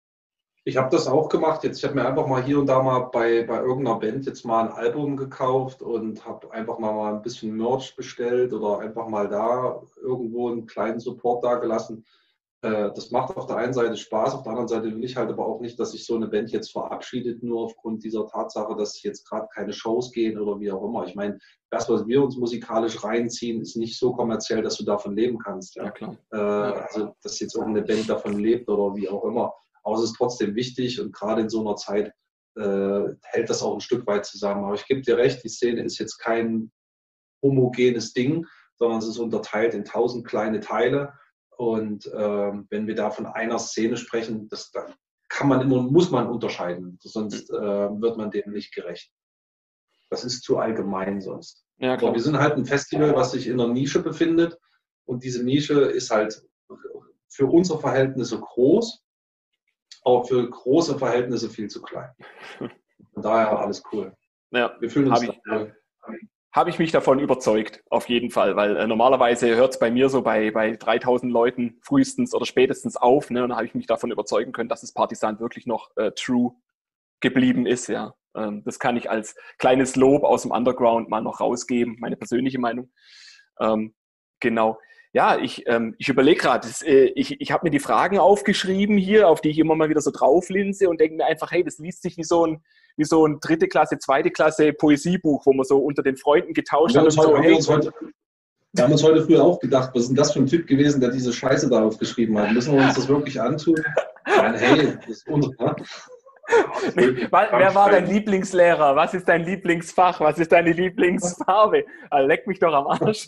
Ich habe das auch gemacht. Jetzt, ich habe mir einfach mal hier und da mal bei, bei irgendeiner Band jetzt mal ein Album gekauft und habe einfach mal, mal ein bisschen Merch bestellt oder einfach mal da irgendwo einen kleinen Support da gelassen. Das macht auf der einen Seite Spaß, auf der anderen Seite will ich halt aber auch nicht, dass sich so eine Band jetzt verabschiedet, nur aufgrund dieser Tatsache, dass jetzt gerade keine Shows gehen oder wie auch immer. Ich meine, das, was wir uns musikalisch reinziehen, ist nicht so kommerziell, dass du davon leben kannst. Ja, ja klar. Äh, also, dass jetzt irgendeine Band davon lebt oder wie auch immer. Aber es ist trotzdem wichtig und gerade in so einer Zeit äh, hält das auch ein Stück weit zusammen. Aber ich gebe dir recht, die Szene ist jetzt kein homogenes Ding, sondern es ist unterteilt in tausend kleine Teile. Und ähm, wenn wir da von einer Szene sprechen, das, da kann man immer, muss man unterscheiden, sonst äh, wird man dem nicht gerecht. Das ist zu allgemein sonst. Ja, aber wir sind halt ein Festival, was sich in einer Nische befindet und diese Nische ist halt für unsere Verhältnisse groß, aber für große Verhältnisse viel zu klein. Von daher alles cool. Ja, wir fühlen uns da wohl. Habe ich mich davon überzeugt, auf jeden Fall, weil äh, normalerweise hört es bei mir so bei, bei dreitausend Leuten frühestens oder spätestens auf, ne, und da habe ich mich davon überzeugen können, dass das Partisan wirklich noch äh, true geblieben ist, ja. Ähm, das kann ich als kleines Lob aus dem Underground mal noch rausgeben, meine persönliche Meinung. Ähm, genau. Ja, ich, ähm, ich überlege gerade, äh, ich, ich habe mir die Fragen aufgeschrieben hier, auf die ich immer mal wieder so drauflinse und denke mir einfach, hey, das liest sich wie so ein wie so ein dritte Klasse, zweite Klasse Poesiebuch, wo man so unter den Freunden getauscht hat. Und so, hey, heute, wir haben uns heute früh auch gedacht, was ist denn das für ein Typ gewesen, der diese Scheiße da aufgeschrieben hat? Müssen wir uns das wirklich antun? Nein, hey, das ist unsere. Nee, wer war dein Lieblingslehrer? Was ist dein Lieblingsfach? Was ist deine Lieblingsfarbe? Also, leck mich doch am Arsch.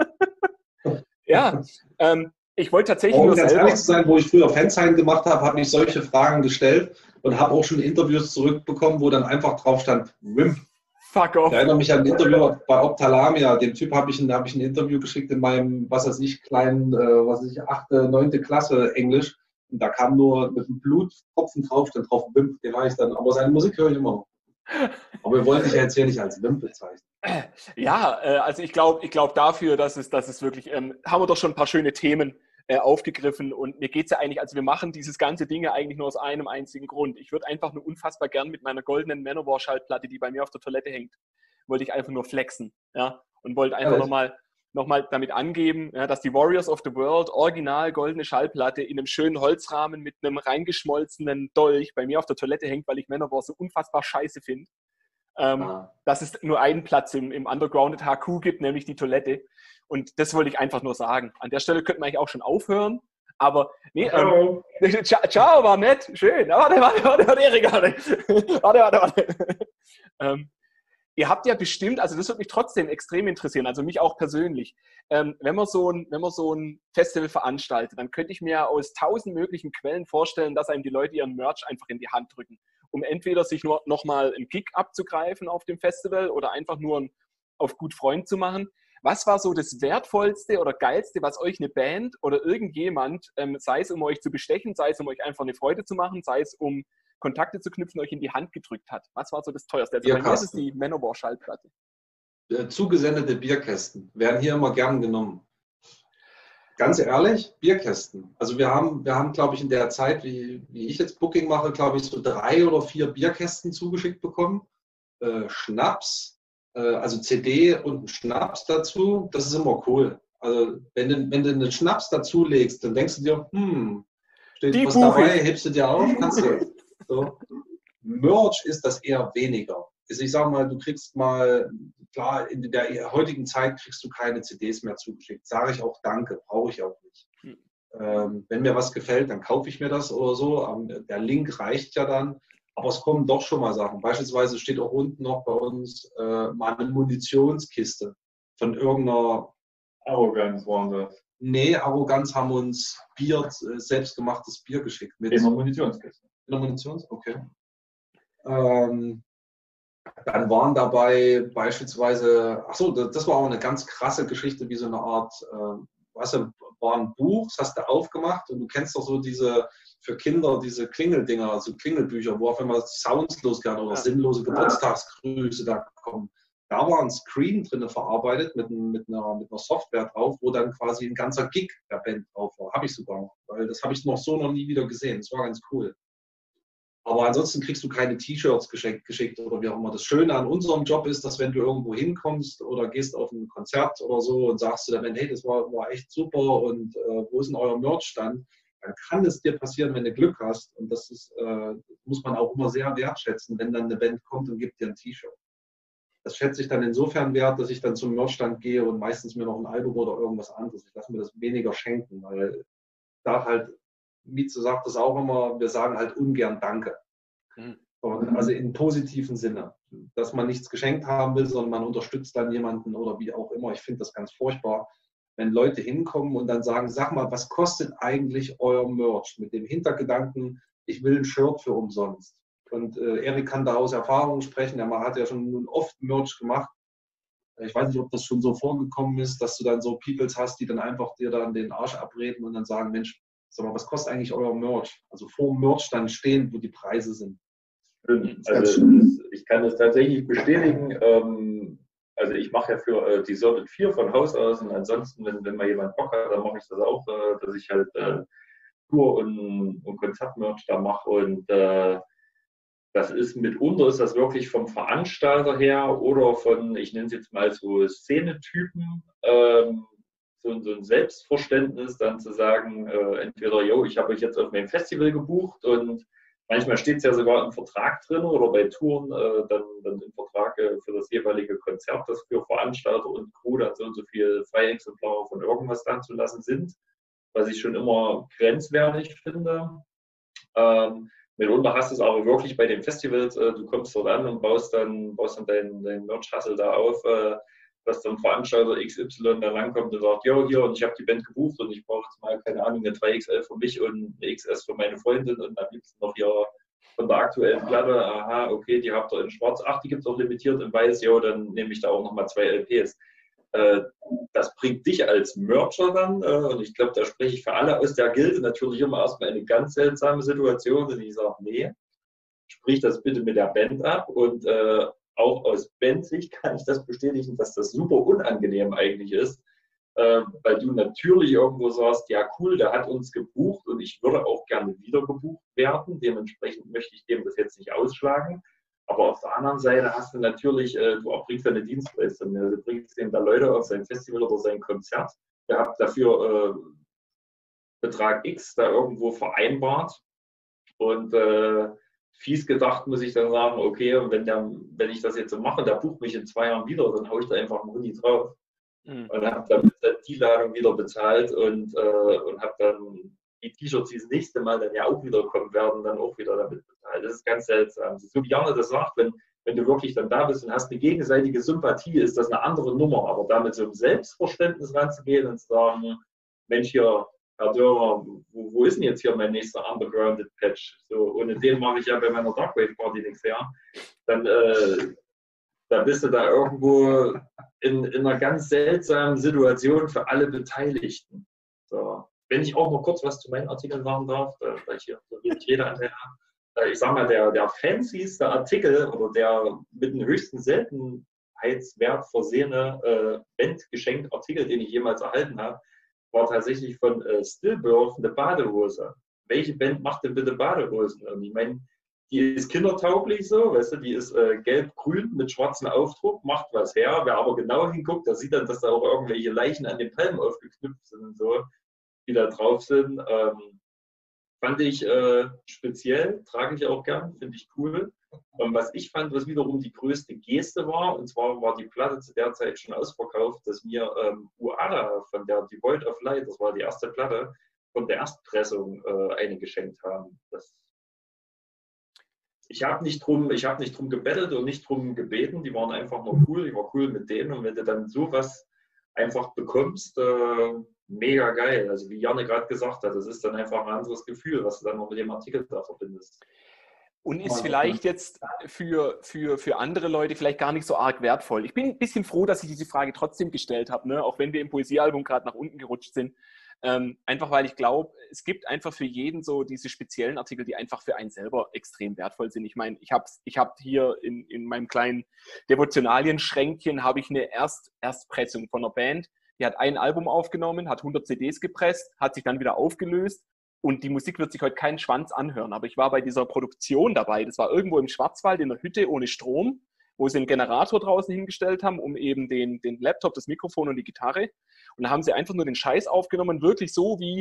Ja, ähm, ich wollte tatsächlich um nur ganz selber... ehrlich zu sein, wo ich früher Fansign gemacht habe, habe ich solche Fragen gestellt und habe auch schon Interviews zurückbekommen, wo dann einfach drauf stand, Wimp. Fuck off. Ich erinnere mich an ein Interview bei Optalamia. Dem Typ habe ich, ein, hab ich ein Interview geschickt in meinem, was weiß ich, kleinen, äh, was weiß ich, achte, neunte Klasse Englisch. Und da kam nur mit einem Bluttropfen drauf, stand drauf Wimp. Den habe ich dann, aber seine Musik höre ich immer noch. Aber wir wollen dich ja jetzt hier nicht als Wimp bezeichnen. Ja, äh, also ich glaube ich glaub dafür, dass es, dass es wirklich, ähm, haben wir doch schon ein paar schöne Themen äh, aufgegriffen und mir geht es ja eigentlich, also wir machen dieses ganze Ding ja eigentlich nur aus einem einzigen Grund. Ich würde einfach nur unfassbar gern mit meiner goldenen Manowar-Schallplatte, die bei mir auf der Toilette hängt, wollte ich einfach nur flexen, ja, und wollte einfach ja, nochmal noch mal damit angeben, ja, dass die Warriors of the World original goldene Schallplatte in einem schönen Holzrahmen mit einem reingeschmolzenen Dolch bei mir auf der Toilette hängt, weil ich Manowar so unfassbar scheiße finde. Ähm, ah. Dass es nur einen Platz im, im Undergrounded H Q gibt, nämlich die Toilette. Und das wollte ich einfach nur sagen. An der Stelle könnte man eigentlich auch schon aufhören. Aber, nee, ähm, ciao, ciao, war nett, schön. Warte, warte, warte, warte, Erik, warte. Warte, warte, warte. ähm, ihr habt ja bestimmt, also das würde mich trotzdem extrem interessieren, also mich auch persönlich. Ähm, wenn man so ein, wenn man so ein Festival veranstaltet, dann könnte ich mir aus tausend möglichen Quellen vorstellen, dass einem die Leute ihren Merch einfach in die Hand drücken, um entweder sich nur nochmal einen Kick abzugreifen auf dem Festival oder einfach nur ein, auf gut Freund zu machen. Was war so das Wertvollste oder Geilste, was euch eine Band oder irgendjemand, ähm, sei es um euch zu bestechen, sei es um euch einfach eine Freude zu machen, sei es um Kontakte zu knüpfen, euch in die Hand gedrückt hat? Was war so das Teuerste? Also bei mir ist es die Manowar-Schallplatte. Zugesendete Bierkästen werden hier immer gern genommen. Ganz ehrlich, Bierkästen. Also wir haben, wir haben, glaube ich, in der Zeit, wie, wie ich jetzt Booking mache, glaube ich, so drei oder vier Bierkästen zugeschickt bekommen. Äh, Schnaps, äh, also C D und einen Schnaps dazu. Das ist immer cool. Also wenn du, wenn du einen Schnaps dazu legst, dann denkst du dir, hm, steht Die was Buche. dabei, hebst du dir auf, kannst du. So. Merch ist das eher weniger. Also ich sage mal, du kriegst mal, klar, in der heutigen Zeit kriegst du keine C Ds mehr zugeschickt. Sage ich auch danke, brauche ich auch nicht. Hm. Ähm, wenn mir was gefällt, dann kaufe ich mir das oder so. Ähm, der Link reicht ja dann. Aber es kommen doch schon mal Sachen. Beispielsweise steht auch unten noch bei uns äh, mal eine Munitionskiste von irgendeiner Arroganz waren das. Nee, Arroganz haben uns Bier, äh, selbstgemachtes Bier geschickt. Mit in der Munitionskiste. In der Munitions? Okay. Ähm, dann waren dabei beispielsweise, ach so, das, das war auch eine ganz krasse Geschichte, wie so eine Art, äh, weißt du, war ein Buch, das hast du aufgemacht und du kennst doch so diese, für Kinder, diese Klingeldinger, also Klingelbücher, wo auf einmal Sounds losgehen oder ja. sinnlose Geburtstagsgrüße da kommen. Da war ein Screen drin verarbeitet mit, mit, einer, mit einer Software drauf, wo dann quasi ein ganzer Gig der Band drauf war. Habe ich sogar noch, weil das habe ich noch so noch nie wieder gesehen. Das war ganz cool. Aber ansonsten kriegst du keine T-Shirts geschenkt, geschickt oder wie auch immer. Das Schöne an unserem Job ist, dass wenn du irgendwo hinkommst oder gehst auf ein Konzert oder so und sagst du dann, hey, das war, war echt super und äh, wo ist denn euer Merchstand? dann kann es dir passieren, wenn du Glück hast. Und das ist, äh, muss man auch immer sehr wertschätzen, wenn dann eine Band kommt und gibt dir ein T-Shirt. Das schätze ich dann insofern wert, dass ich dann zum Merchstand gehe und meistens mir noch ein Album oder irgendwas anderes. Ich lasse mir das weniger schenken, weil da halt, Mieze sagt das auch immer, wir sagen halt ungern Danke. Mhm. Also im positiven Sinne, dass man nichts geschenkt haben will, sondern man unterstützt dann jemanden oder wie auch immer. Ich finde das ganz furchtbar, wenn Leute hinkommen und dann sagen, sag mal, was kostet eigentlich euer Merch? Mit dem Hintergedanken, ich will ein Shirt für umsonst. Und äh, Erik kann da aus Erfahrung sprechen, er hat ja schon nun oft Merch gemacht. Ich weiß nicht, ob das schon so vorgekommen ist, dass du dann so Peoples hast, die dann einfach dir dann den Arsch abreden und dann sagen, Mensch, sag mal, was kostet eigentlich euer Merch? Also vor dem Merch dann stehen, wo die Preise sind. Also ich kann das tatsächlich bestätigen. Ähm, also ich mache ja für äh, Deserted vier von Haus aus und ansonsten, wenn, wenn mal jemand Bock hat, dann mache ich das auch, äh, dass ich halt äh, Tour- und, und Konzertmerch da mache und äh, das ist mitunter ist das wirklich vom Veranstalter her oder von, ich nenne es jetzt mal so Szenetypen, ähm, so, so ein Selbstverständnis, dann zu sagen, äh, entweder, yo, ich habe euch jetzt auf mein Festival gebucht und manchmal steht es ja sogar im Vertrag drin oder bei Touren äh, dann, dann im Vertrag äh, für das jeweilige Konzert, das für Veranstalter und Crew dann so und so viel Freiexemplare von irgendwas dann zu lassen sind, was ich schon immer grenzwertig finde. Ähm, mitunter hast du es aber wirklich bei den Festivals, äh, du kommst dort an und baust dann, baust dann deinen dein Merch-Hustle da auf, äh, dass dann Veranstalter X Y dann langkommt und sagt, jo, hier, und ich habe die Band gebucht und ich brauche jetzt mal, keine Ahnung, eine drei X L für mich und eine X S für meine Freundin und dann gibt es noch hier von der aktuellen Platte, aha, okay, die habt ihr in schwarz, ach, die gibt es auch limitiert in weiß, ja, dann nehme ich da auch nochmal zwei L Ps. Äh, das bringt dich als Mercher dann, äh, und ich glaube, da spreche ich für alle aus der Gilde natürlich immer erstmal eine ganz seltsame Situation und ich sage, nee, sprich das bitte mit der Band ab und äh, auch aus Bandsicht kann ich das bestätigen, dass das super unangenehm eigentlich ist, äh, weil du natürlich irgendwo sagst, ja cool, der hat uns gebucht und ich würde auch gerne wieder gebucht werden, dementsprechend möchte ich dem das jetzt nicht ausschlagen, aber auf der anderen Seite hast du natürlich, äh, du erbringst deine Dienstleistung, du bringst dem da Leute auf sein Festival oder sein Konzert, ihr habt dafür äh, Betrag X da irgendwo vereinbart und äh, fies gedacht muss ich dann sagen, okay, und wenn, der, wenn ich das jetzt so mache, der bucht mich in zwei Jahren wieder, dann haue ich da einfach einen Huni drauf. Mhm. Und habe dann die Ladung wieder bezahlt und, äh, und habe dann die T-Shirts, die das nächste Mal dann ja auch wieder kommen werden, dann auch wieder damit bezahlt. Das ist ganz seltsam. So wie Janne das sagt, wenn, wenn du wirklich dann da bist und hast eine gegenseitige Sympathie, ist das eine andere Nummer. Aber damit so im Selbstverständnis ranzugehen und zu sagen, Mensch, hier, Herr Dörrer, wo, wo ist denn jetzt hier mein nächster Undergrounded Patch? So, ohne den mache ich ja bei meiner Darkwave Party nichts her. Dann, äh, dann bist du da irgendwo in, in einer ganz seltsamen Situation für alle Beteiligten. So. Wenn ich auch noch kurz was zu meinen Artikeln sagen darf, da, da ich hier so wenig rede an der, äh, ich sag mal, der, der fancyste Artikel oder der mit dem höchsten Seltenheitswert versehene äh, Bandgeschenkartikel, den ich jemals erhalten habe, war tatsächlich von äh, Stillbirth eine Badehose. Welche Band macht denn bitte Badehosen? Und ich meine, die ist kindertauglich so, weißt du, die ist äh, gelb-grün mit schwarzem Aufdruck, macht was her. Wer aber genau hinguckt, der sieht dann, dass da auch irgendwelche Leichen an den Palmen aufgeknüpft sind und so, die da drauf sind. Ähm, fand ich äh, speziell, trage ich auch gern, finde ich cool. Und was ich fand, was wiederum die größte Geste war, und zwar war die Platte zu der Zeit schon ausverkauft, dass mir ähm, Uada von der Devoid of Light, das war die erste Platte, von der Erstpressung äh, eine geschenkt haben. Das, ich habe nicht drum, ich habe nicht drum gebettelt und nicht drum gebeten, die waren einfach nur cool, ich war cool mit denen und wenn du dann sowas einfach bekommst, äh, mega geil. Also wie Janne gerade gesagt hat, das ist dann einfach ein anderes Gefühl, was du dann noch mit dem Artikel da verbindest. Und ist vielleicht jetzt für, für, für andere Leute vielleicht gar nicht so arg wertvoll. Ich bin ein bisschen froh, dass ich diese Frage trotzdem gestellt habe, ne? Auch wenn wir im Poesiealbum gerade nach unten gerutscht sind. Ähm, einfach weil ich glaube, es gibt einfach für jeden so diese speziellen Artikel, die einfach für einen selber extrem wertvoll sind. Ich meine, ich habe ich hab hier in, in meinem kleinen Devotionalien-Schränkchen habe ich eine Erst, Erstpressung von einer Band, die hat ein Album aufgenommen, hat hundert C Ds gepresst, hat sich dann wieder aufgelöst. Und die Musik wird sich heute keinen Schwanz anhören. Aber ich war bei dieser Produktion dabei. Das war irgendwo im Schwarzwald in einer Hütte ohne Strom, wo sie einen Generator draußen hingestellt haben, um eben den, den Laptop, das Mikrofon und die Gitarre. Und da haben sie einfach nur den Scheiß aufgenommen, wirklich so wie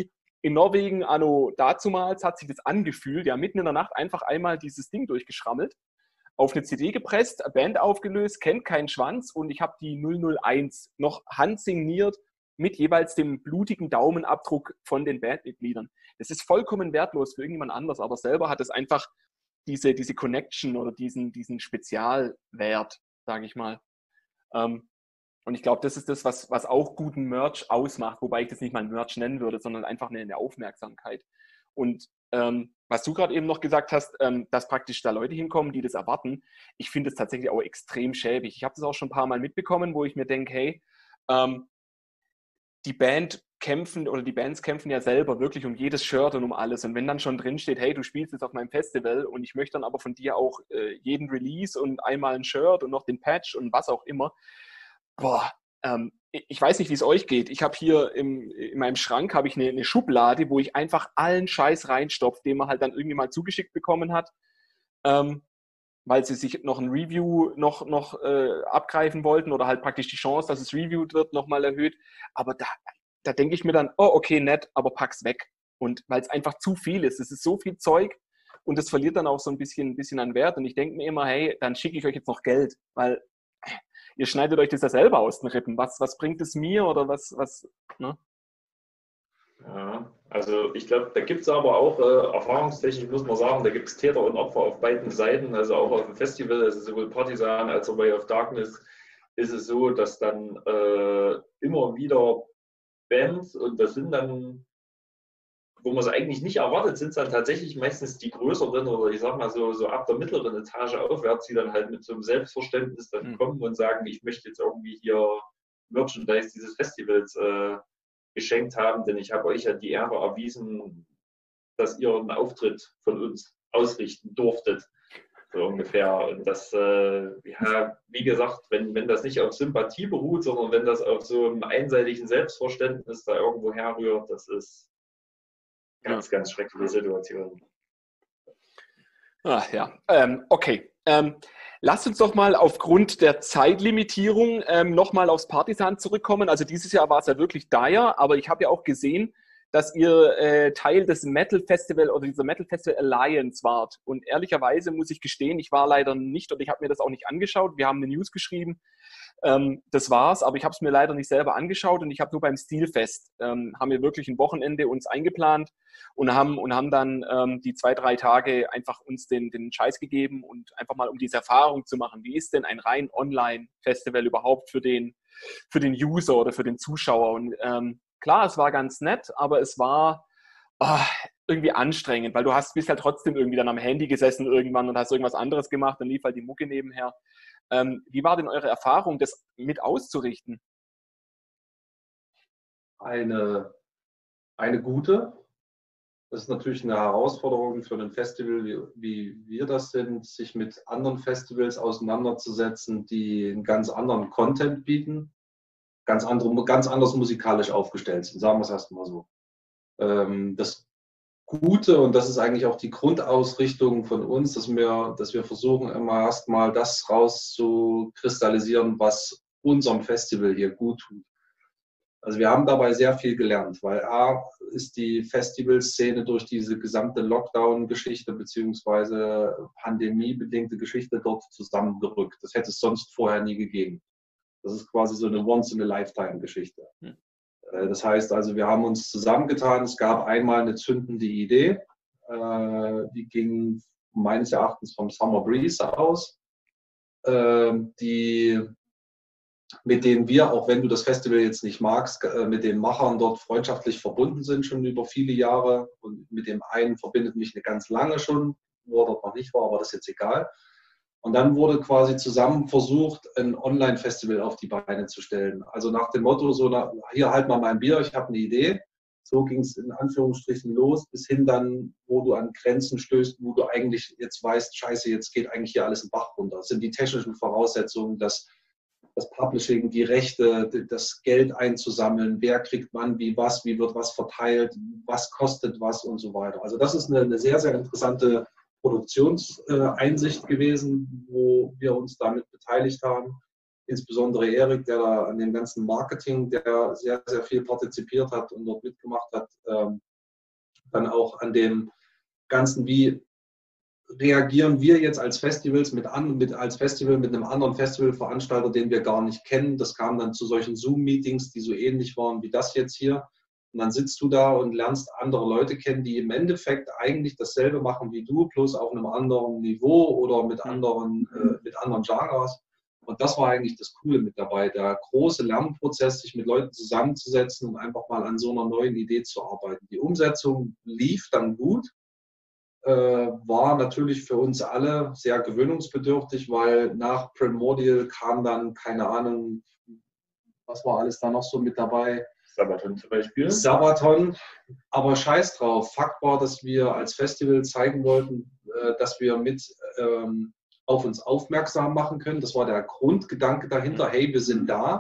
in Norwegen, anno dazumals, hat sich das angefühlt, ja, mitten in der Nacht einfach einmal dieses Ding durchgeschrammelt, auf eine C D gepresst, Band aufgelöst, kennt keinen Schwanz und ich habe die null null eins noch handsigniert mit jeweils dem blutigen Daumenabdruck von den Bandmitgliedern. Das ist vollkommen wertlos für irgendjemand anders, aber selber hat es einfach diese, diese Connection oder diesen, diesen Spezialwert, sage ich mal. Ähm, und ich glaube, das ist das, was, was auch guten Merch ausmacht, wobei ich das nicht mal Merch nennen würde, sondern einfach eine, eine Aufmerksamkeit. Und ähm, was du gerade eben noch gesagt hast, ähm, dass praktisch da Leute hinkommen, die das erwarten, ich finde es tatsächlich auch extrem schäbig. Ich habe das auch schon ein paar Mal mitbekommen, wo ich mir denke, hey, ähm, die Band kämpfen oder die Bands kämpfen ja selber wirklich um jedes Shirt und um alles. Und wenn dann schon drin steht, hey, du spielst jetzt auf meinem Festival und ich möchte dann aber von dir auch äh, jeden Release und einmal ein Shirt und noch den Patch und was auch immer, boah, ähm, ich weiß nicht, wie es euch geht. Ich habe hier im, in meinem Schrank habe ich eine, eine Schublade, wo ich einfach allen Scheiß reinstopfe, den man halt dann irgendwie mal zugeschickt bekommen hat, ähm, weil sie sich noch ein Review noch, noch äh, abgreifen wollten oder halt praktisch die Chance, dass es reviewed wird, nochmal erhöht. Aber da, da denke ich mir dann, oh, okay, nett, aber pack's weg. Und weil es einfach zu viel ist. Es ist so viel Zeug und es verliert dann auch so ein bisschen, ein bisschen an Wert. Und ich denke mir immer, hey, dann schicke ich euch jetzt noch Geld, weil ihr schneidet euch das ja selber aus den Rippen. Was, was bringt es mir oder was, was, ne? Ja, also ich glaube, da gibt es aber auch, äh, erfahrungstechnisch muss man sagen, da gibt es Täter und Opfer auf beiden Seiten, also auch auf dem Festival, also sowohl Partisan als auch Way of Darkness ist es so, dass dann äh, immer wieder Bands, und das sind dann, wo man es eigentlich nicht erwartet, sind es dann tatsächlich meistens die größeren oder ich sag mal so, so ab der mittleren Etage aufwärts, die dann halt mit so einem Selbstverständnis dann Mhm. kommen und sagen, ich möchte jetzt irgendwie hier Merchandise dieses Festivals äh, geschenkt haben, denn ich habe euch ja die Ehre erwiesen, dass ihr einen Auftritt von uns ausrichten durftet, so ungefähr. Und das, äh, ja, wie gesagt, wenn, wenn das nicht auf Sympathie beruht, sondern wenn das auf so einem einseitigen Selbstverständnis da irgendwo herrührt, das ist ganz, ja. ganz schreckliche Situation. Ach ja, ähm, okay. Ähm, lasst uns doch mal aufgrund der Zeitlimitierung ähm, nochmal aufs Partisan zurückkommen. Also dieses Jahr war es ja wirklich dire, aber ich habe ja auch gesehen, dass ihr äh, Teil des Metal Festival oder dieser Metal Festival Alliance wart. Und ehrlicherweise muss ich gestehen, ich war leider nicht und ich habe mir das auch nicht angeschaut. Wir haben eine News geschrieben. Ähm, das war's, aber ich habe es mir leider nicht selber angeschaut und ich habe nur beim Stilfest, ähm, haben wir wirklich ein Wochenende uns eingeplant und haben, und haben dann ähm, die zwei, drei Tage einfach uns den, den Scheiß gegeben und einfach mal um diese Erfahrung zu machen. Wie ist denn ein rein Online-Festival überhaupt für den, für den User oder für den Zuschauer? Und ähm, klar, es war ganz nett, aber es war oh, irgendwie anstrengend, weil du hast, bist halt trotzdem irgendwie dann am Handy gesessen irgendwann und hast irgendwas anderes gemacht, dann lief halt die Mucke nebenher. Ähm, wie war denn eure Erfahrung, das mit auszurichten? Eine, eine gute. Das ist natürlich eine Herausforderung für ein Festival, wie, wie wir das sind, sich mit anderen Festivals auseinanderzusetzen, die einen ganz anderen Content bieten, ganz, andere, ganz anders musikalisch aufgestellt sind, sagen wir es erstmal so. Ähm, das Gute, und das ist eigentlich auch die Grundausrichtung von uns, dass wir, dass wir versuchen, immer erstmal das rauszukristallisieren, was unserem Festival hier gut tut. Also wir haben dabei sehr viel gelernt, weil A ist die Festivalszene durch diese gesamte Lockdown-Geschichte beziehungsweise pandemiebedingte Geschichte dort zusammengerückt. Das hätte es sonst vorher nie gegeben. Das ist quasi so eine Once-in-a-Lifetime-Geschichte. Hm. Das heißt also, wir haben uns zusammengetan. Es gab einmal eine zündende Idee, die ging meines Erachtens vom Summer Breeze aus, die, mit denen wir, auch wenn du das Festival jetzt nicht magst, mit den Machern dort freundschaftlich verbunden sind, schon über viele Jahre. Und mit dem einen verbindet mich eine ganz lange schon, wo er dort noch nicht war, aber das ist jetzt egal. Und dann wurde quasi zusammen versucht, ein Online-Festival auf die Beine zu stellen. Also nach dem Motto, so, na, hier halt mal mein Bier, ich habe eine Idee. So ging es in Anführungsstrichen los, bis hin dann, wo du an Grenzen stößt, wo du eigentlich jetzt weißt, scheiße, jetzt geht eigentlich hier alles im Bach runter. Das sind die technischen Voraussetzungen, das, das Publishing, die Rechte, das Geld einzusammeln, wer kriegt wann, wie was, wie wird was verteilt, was kostet was und so weiter. Also das ist eine, eine sehr, sehr interessante Produktionseinsicht gewesen, wo wir uns damit beteiligt haben. Insbesondere Erik, der da an dem ganzen Marketing, der sehr, sehr viel partizipiert hat und dort mitgemacht hat, dann auch an dem Ganzen, wie reagieren wir jetzt als Festivals mit an, mit als Festival mit einem anderen Festivalveranstalter, den wir gar nicht kennen. Das kam dann zu solchen Zoom-Meetings, die so ähnlich waren wie das jetzt hier. Und dann sitzt du da und lernst andere Leute kennen, die im Endeffekt eigentlich dasselbe machen wie du, bloß auf einem anderen Niveau oder mit anderen, äh, mit anderen Genres. Und das war eigentlich das Coole mit dabei, der große Lernprozess, sich mit Leuten zusammenzusetzen und einfach mal an so einer neuen Idee zu arbeiten. Die Umsetzung lief dann gut, äh, war natürlich für uns alle sehr gewöhnungsbedürftig, weil nach Primordial kam dann, keine Ahnung, was war alles da noch so mit dabei? Sabaton zum Beispiel. Sabaton, aber scheiß drauf. Fakt war, dass wir als Festival zeigen wollten, äh, dass wir mit ähm, auf uns aufmerksam machen können. Das war der Grundgedanke dahinter. Hey, wir sind da.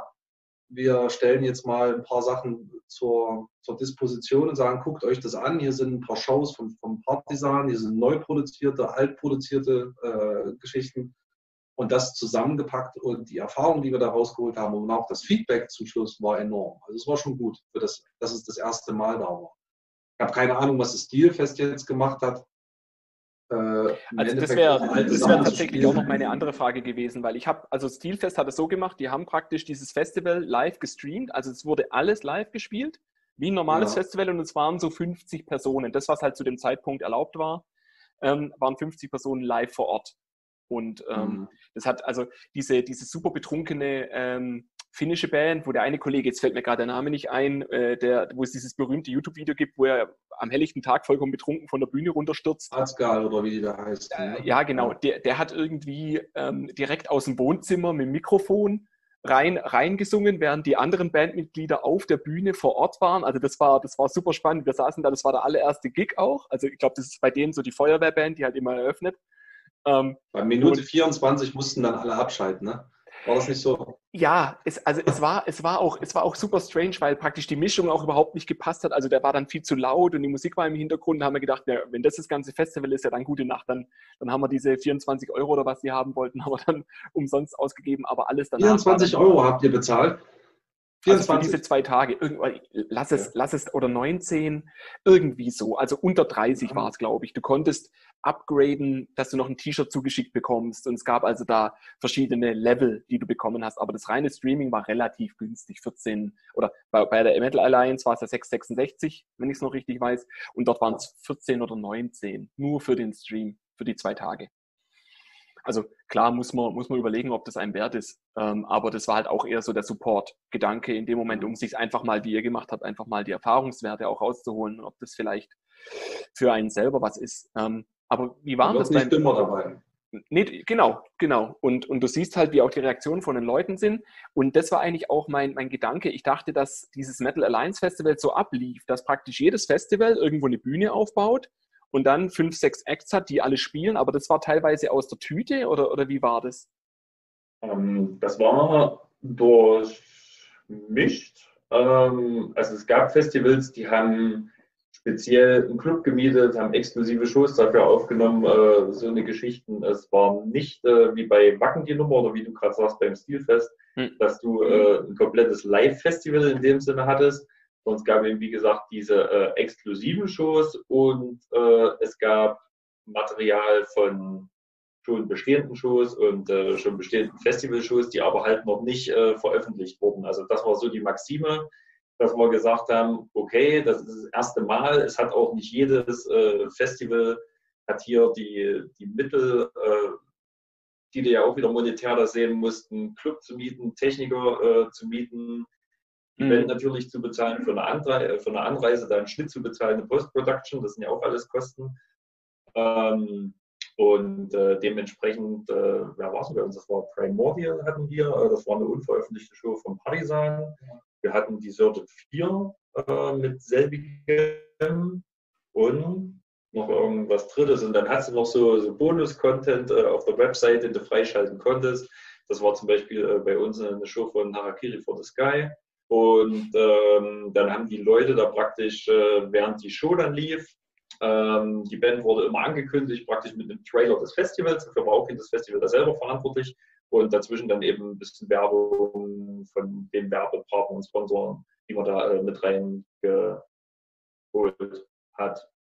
Wir stellen jetzt mal ein paar Sachen zur, zur Disposition und sagen, guckt euch das an. Hier sind ein paar Shows vom, vom Partisan, hier sind neu produzierte, altproduzierte äh, Geschichten. Und das zusammengepackt und die Erfahrung, die wir da rausgeholt haben und auch das Feedback zum Schluss war enorm. Also es war schon gut, für das, dass es das erste Mal da war. Ich habe keine Ahnung, was das Stilfest jetzt gemacht hat. Äh, also das wäre wär tatsächlich auch noch meine andere Frage gewesen, weil ich habe, also Stilfest hat es so gemacht, die haben praktisch dieses Festival live gestreamt, also es wurde alles live gespielt, wie ein normales ja. Festival und es waren so fünfzig Personen. Das, was halt zu dem Zeitpunkt erlaubt war, ähm, waren fünfzig Personen live vor Ort. Und ähm, mhm. das hat also diese, diese super betrunkene ähm, finnische Band, wo der eine Kollege, jetzt fällt mir gerade der Name nicht ein, äh, der, wo es dieses berühmte YouTube-Video gibt, wo er am helllichten Tag vollkommen betrunken von der Bühne runterstürzt. Arzgal oder wie die da heißt. Äh, ja, genau. Der, der hat irgendwie ähm, direkt aus dem Wohnzimmer mit dem Mikrofon rein reingesungen, während die anderen Bandmitglieder auf der Bühne vor Ort waren. Also das war, das war super spannend. Wir saßen da, das war der allererste Gig auch. Also ich glaube, das ist bei denen so die Feuerwehrband, die halt immer eröffnet. Ähm, Bei Minute vierundzwanzig mussten dann alle abschalten, ne? War das nicht so? Ja, es, also es war, es war auch, es war auch super strange, weil praktisch die Mischung auch überhaupt nicht gepasst hat. Also der war dann viel zu laut und die Musik war im Hintergrund. Da haben wir gedacht, ja, wenn das das ganze Festival ist, ja dann gute Nacht. Dann, dann haben wir diese vierundzwanzig Euro oder was sie haben wollten, haben wir dann umsonst ausgegeben. Aber alles danach. vierundzwanzig Euro habt ihr bezahlt? vierundzwanzig Also für diese zwei Tage, irgendwann, lass es, ja. lass es, oder neunzehn, irgendwie so. Also unter dreißig ja. war es, glaube ich. Du konntest upgraden, dass du noch ein T-Shirt zugeschickt bekommst. Und es gab also da verschiedene Level, die du bekommen hast. Aber das reine Streaming war relativ günstig. vierzehn oder bei, bei der Metal Alliance war es ja sechs sechsundsechzig, wenn ich es noch richtig weiß. Und dort waren es vierzehn oder neunzehn, nur für den Stream, für die zwei Tage. Also klar muss man, muss man überlegen, ob das einem wert ist. Ähm, aber das war halt auch eher so der Support-Gedanke in dem Moment, um sich einfach mal, wie ihr gemacht habt, einfach mal die Erfahrungswerte auch rauszuholen, ob das vielleicht für einen selber was ist. Ähm, aber wie war das? Nicht dümmer dabei. Nee, genau, genau. Und, und du siehst halt, wie auch die Reaktionen von den Leuten sind. Und das war eigentlich auch mein, mein Gedanke. Ich dachte, dass dieses Metal Alliance Festival so ablief, dass praktisch jedes Festival irgendwo eine Bühne aufbaut und dann fünf, sechs Acts hat, die alle spielen, aber das war teilweise aus der Tüte oder, oder wie war das? Ähm, das war durchmischt. Ähm, also es gab Festivals, die haben speziell einen Club gemietet, haben exklusive Shows dafür aufgenommen, äh, so eine Geschichten. Es war nicht äh, wie bei Wacken die Nummer oder wie du gerade sagst beim Stilfest, hm. dass du äh, ein komplettes Live-Festival in dem Sinne hattest. Und es gab eben, wie gesagt, diese äh, exklusiven Shows und äh, es gab Material von schon bestehenden Shows und äh, schon bestehenden Festivalshows, die aber halt noch nicht äh, veröffentlicht wurden. Also das war so die Maxime, dass wir gesagt haben, okay, das ist das erste Mal. Es hat auch nicht jedes äh, Festival, hat hier die, die Mittel, äh, die die ja auch wieder monetär da sehen mussten, Club zu mieten, Techniker äh, zu mieten, die mhm. Band natürlich zu bezahlen für eine, Anre für eine Anreise, da einen Schnitt zu bezahlen, eine Post-Production, das sind ja auch alles Kosten. Ähm, und äh, dementsprechend, äh, wer war es bei uns? Das war Primordial hatten wir, äh, das war eine unveröffentlichte Show von Partisan. Wir hatten die Surge vier äh, mit selbigem und noch irgendwas Drittes. Und dann hast du noch so, so Bonus-Content äh, auf der Website, den du freischalten konntest. Das war zum Beispiel äh, bei uns eine Show von Harakiri for the Sky. Und ähm, dann haben die Leute da praktisch, äh, während die Show dann lief, ähm, die Band wurde immer angekündigt, praktisch mit einem Trailer des Festivals. Dafür war auch das Festival da selber verantwortlich. Und dazwischen dann eben ein bisschen Werbung von den Werbepartnern und Sponsoren, die man da äh, mit reingeholt hat.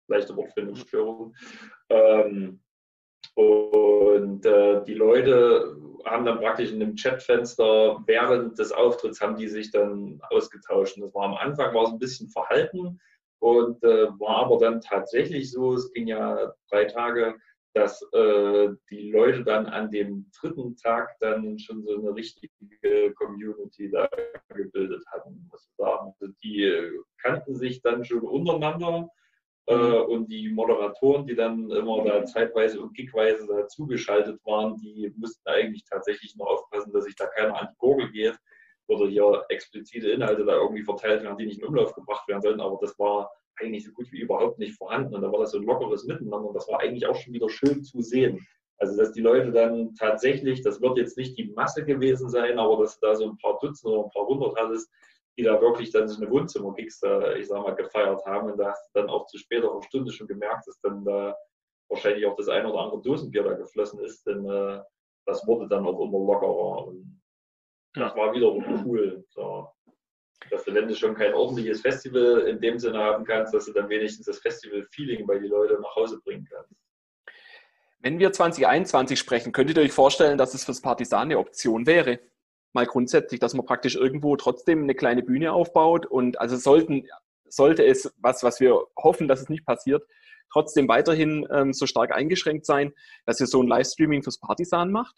leichte Wortfindungsstörung. Ähm, und äh, die Leute haben dann praktisch in dem Chatfenster während des Auftritts haben die sich dann ausgetauscht. Und das war am Anfang war es ein bisschen verhalten und äh, war aber dann tatsächlich so, es ging ja drei Tage, dass äh, die Leute dann an dem dritten Tag dann schon so eine richtige Community da gebildet hatten, muss ich sagen. Also die kannten sich dann schon untereinander. Äh, und die Moderatoren, die dann immer da zeitweise und gigweise da zugeschaltet waren, die mussten eigentlich tatsächlich nur aufpassen, dass sich da keiner an die Gurgel geht oder hier explizite Inhalte da irgendwie verteilt werden, die nicht in Umlauf gebracht werden sollten. Aber das war eigentlich so gut wie überhaupt nicht vorhanden. Und da war das so ein lockeres Miteinander. Und das war eigentlich auch schon wieder schön zu sehen. Also, dass die Leute dann tatsächlich, das wird jetzt nicht die Masse gewesen sein, aber dass da so ein paar Dutzend oder ein paar hundert hattest, die da wirklich dann so eine Wohnzimmer-Gigs, ich sag mal, gefeiert haben. Und da hast du dann auch zu späterer Stunde schon gemerkt, dass dann da wahrscheinlich auch das ein oder andere Dosenbier da geflossen ist, denn äh, das wurde dann auch immer lockerer. Und das war wiederum cool. So. Dass du, wenn du schon kein ordentliches Festival in dem Sinne haben kannst, dass du dann wenigstens das Festival-Feeling bei die Leute nach Hause bringen kannst. Wenn wir zwanzig einundzwanzig sprechen, könntet ihr euch vorstellen, dass es fürs Partisan eine Option wäre? Mal grundsätzlich, dass man praktisch irgendwo trotzdem eine kleine Bühne aufbaut und also sollten, sollte es, was, was wir hoffen, dass es nicht passiert, trotzdem weiterhin ähm, so stark eingeschränkt sein, dass ihr so ein Livestreaming fürs Partisan macht?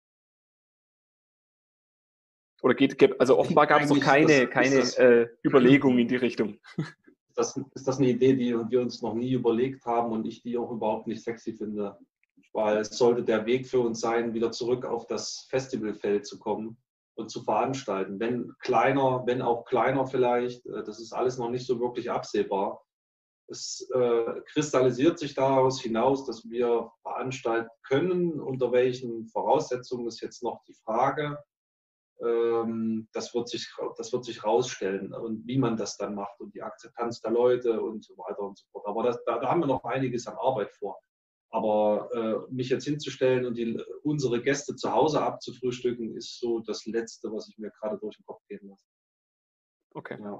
Oder geht, also offenbar gab es noch keine, das, keine das, äh, Überlegungen in die Richtung. Das, ist das eine Idee, die wir uns noch nie überlegt haben und ich die auch überhaupt nicht sexy finde? Weil es sollte der Weg für uns sein, wieder zurück auf das Festivalfeld zu kommen und zu veranstalten. Wenn kleiner, wenn auch kleiner vielleicht, das ist alles noch nicht so wirklich absehbar. Es äh, kristallisiert sich daraus hinaus, dass wir veranstalten können. Unter welchen Voraussetzungen ist jetzt noch die Frage. Ähm, das wird sich, das wird sich rausstellen und wie man das dann macht und die Akzeptanz der Leute und so weiter und so fort. Aber das, da, da haben wir noch einiges an Arbeit vor. Aber äh, mich jetzt hinzustellen und die, unsere Gäste zu Hause abzufrühstücken, ist so das Letzte, was ich mir gerade durch den Kopf gehen lasse. Okay. Ja,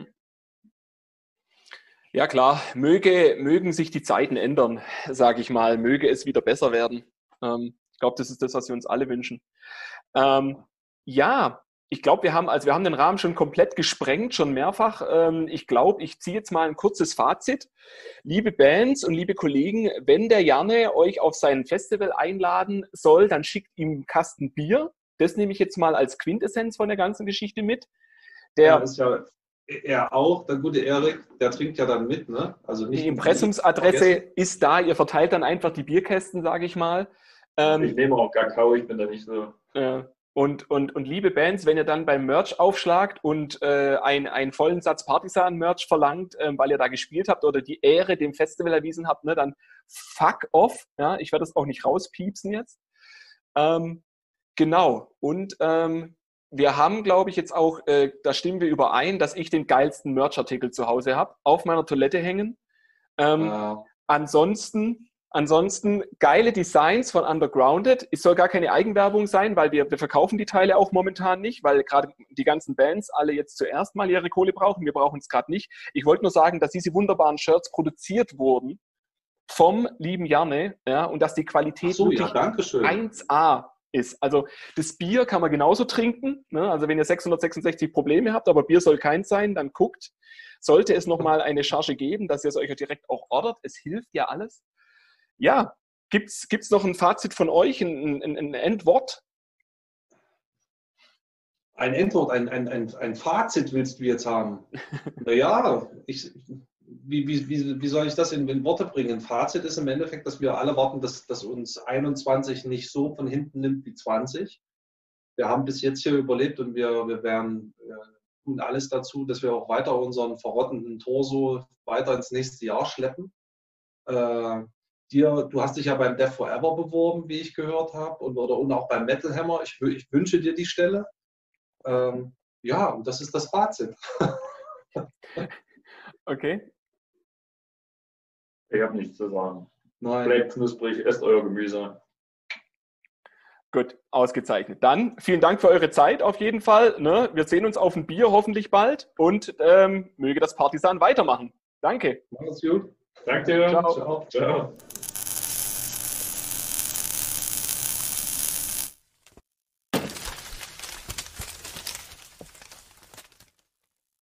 ja klar, möge, mögen sich die Zeiten ändern, sage ich mal. Möge es wieder besser werden. Ähm, ich glaube, das ist das, was wir uns alle wünschen. Ähm, ja, ich glaube, wir haben, also wir haben den Rahmen schon komplett gesprengt, schon mehrfach. Ähm, ich glaube, ich ziehe jetzt mal ein kurzes Fazit. Liebe Bands und liebe Kollegen, wenn der Janne euch auf sein Festival einladen soll, dann schickt ihm einen Kasten Bier. Das nehme ich jetzt mal als Quintessenz von der ganzen Geschichte mit. Der ja, ist ja er auch, der gute Erik, der trinkt ja dann mit, ne? Also nicht die Impressumsadresse ist da, ihr verteilt dann einfach die Bierkästen, sage ich mal. Ähm, ich nehme auch Kakao, ich bin da nicht so... Äh, Und, und, und liebe Bands, wenn ihr dann beim Merch aufschlagt und äh, ein, einen vollen Satz Partisan-Merch verlangt, ähm, weil ihr da gespielt habt oder die Ehre dem Festival erwiesen habt, ne, dann fuck off. Ja, ich werde das auch nicht rauspiepsen jetzt. Ähm, genau. Und ähm, wir haben, glaube ich, jetzt auch, äh, da stimmen wir überein, dass ich den geilsten Merch-Artikel zu Hause habe, auf meiner Toilette hängen. Ähm, wow. Ansonsten... Ansonsten geile Designs von Undergrounded. Es soll gar keine Eigenwerbung sein, weil wir, wir verkaufen die Teile auch momentan nicht, weil gerade die ganzen Bands alle jetzt zuerst mal ihre Kohle brauchen. Wir brauchen es gerade nicht. Ich wollte nur sagen, dass diese wunderbaren Shirts produziert wurden vom lieben Janne, ja, und dass die Qualität so, wirklich ja, eins A ist. Also das Bier kann man genauso trinken. Ne? Also wenn ihr sechshundertsechsundsechzig Probleme habt, aber Bier soll keins sein, dann guckt. Sollte es nochmal eine Charge geben, dass ihr es euch direkt auch ordert. Es hilft ja alles. Ja, gibt es noch ein Fazit von euch, ein, ein, ein Endwort? Ein Endwort, ein, ein, ein, ein Fazit willst du jetzt haben? Naja, ich, wie, wie, wie, wie soll ich das in, in Worte bringen? Ein Fazit ist im Endeffekt, dass wir alle warten, dass, dass uns einundzwanzig nicht so von hinten nimmt wie zwanzig. Wir haben bis jetzt hier überlebt und wir, wir werden äh, tun alles dazu, dass wir auch weiter unseren verrottenden Torso weiter ins nächste Jahr schleppen. Äh, Dir, du hast dich ja beim Death Forever beworben, wie ich gehört habe, und, oder, und auch beim Metal Hammer. Ich, ich wünsche dir die Stelle. Ähm, ja, und das ist das Fazit. Okay. Ich habe nichts zu sagen. Nein. Bleibt knusprig, esst euer Gemüse. Gut, ausgezeichnet. Dann vielen Dank für eure Zeit auf jeden Fall. Ne? Wir sehen uns auf ein Bier hoffentlich bald und ähm, möge das Partisan weitermachen. Danke. Mach's gut. Danke. Ciao. Ciao. Ciao.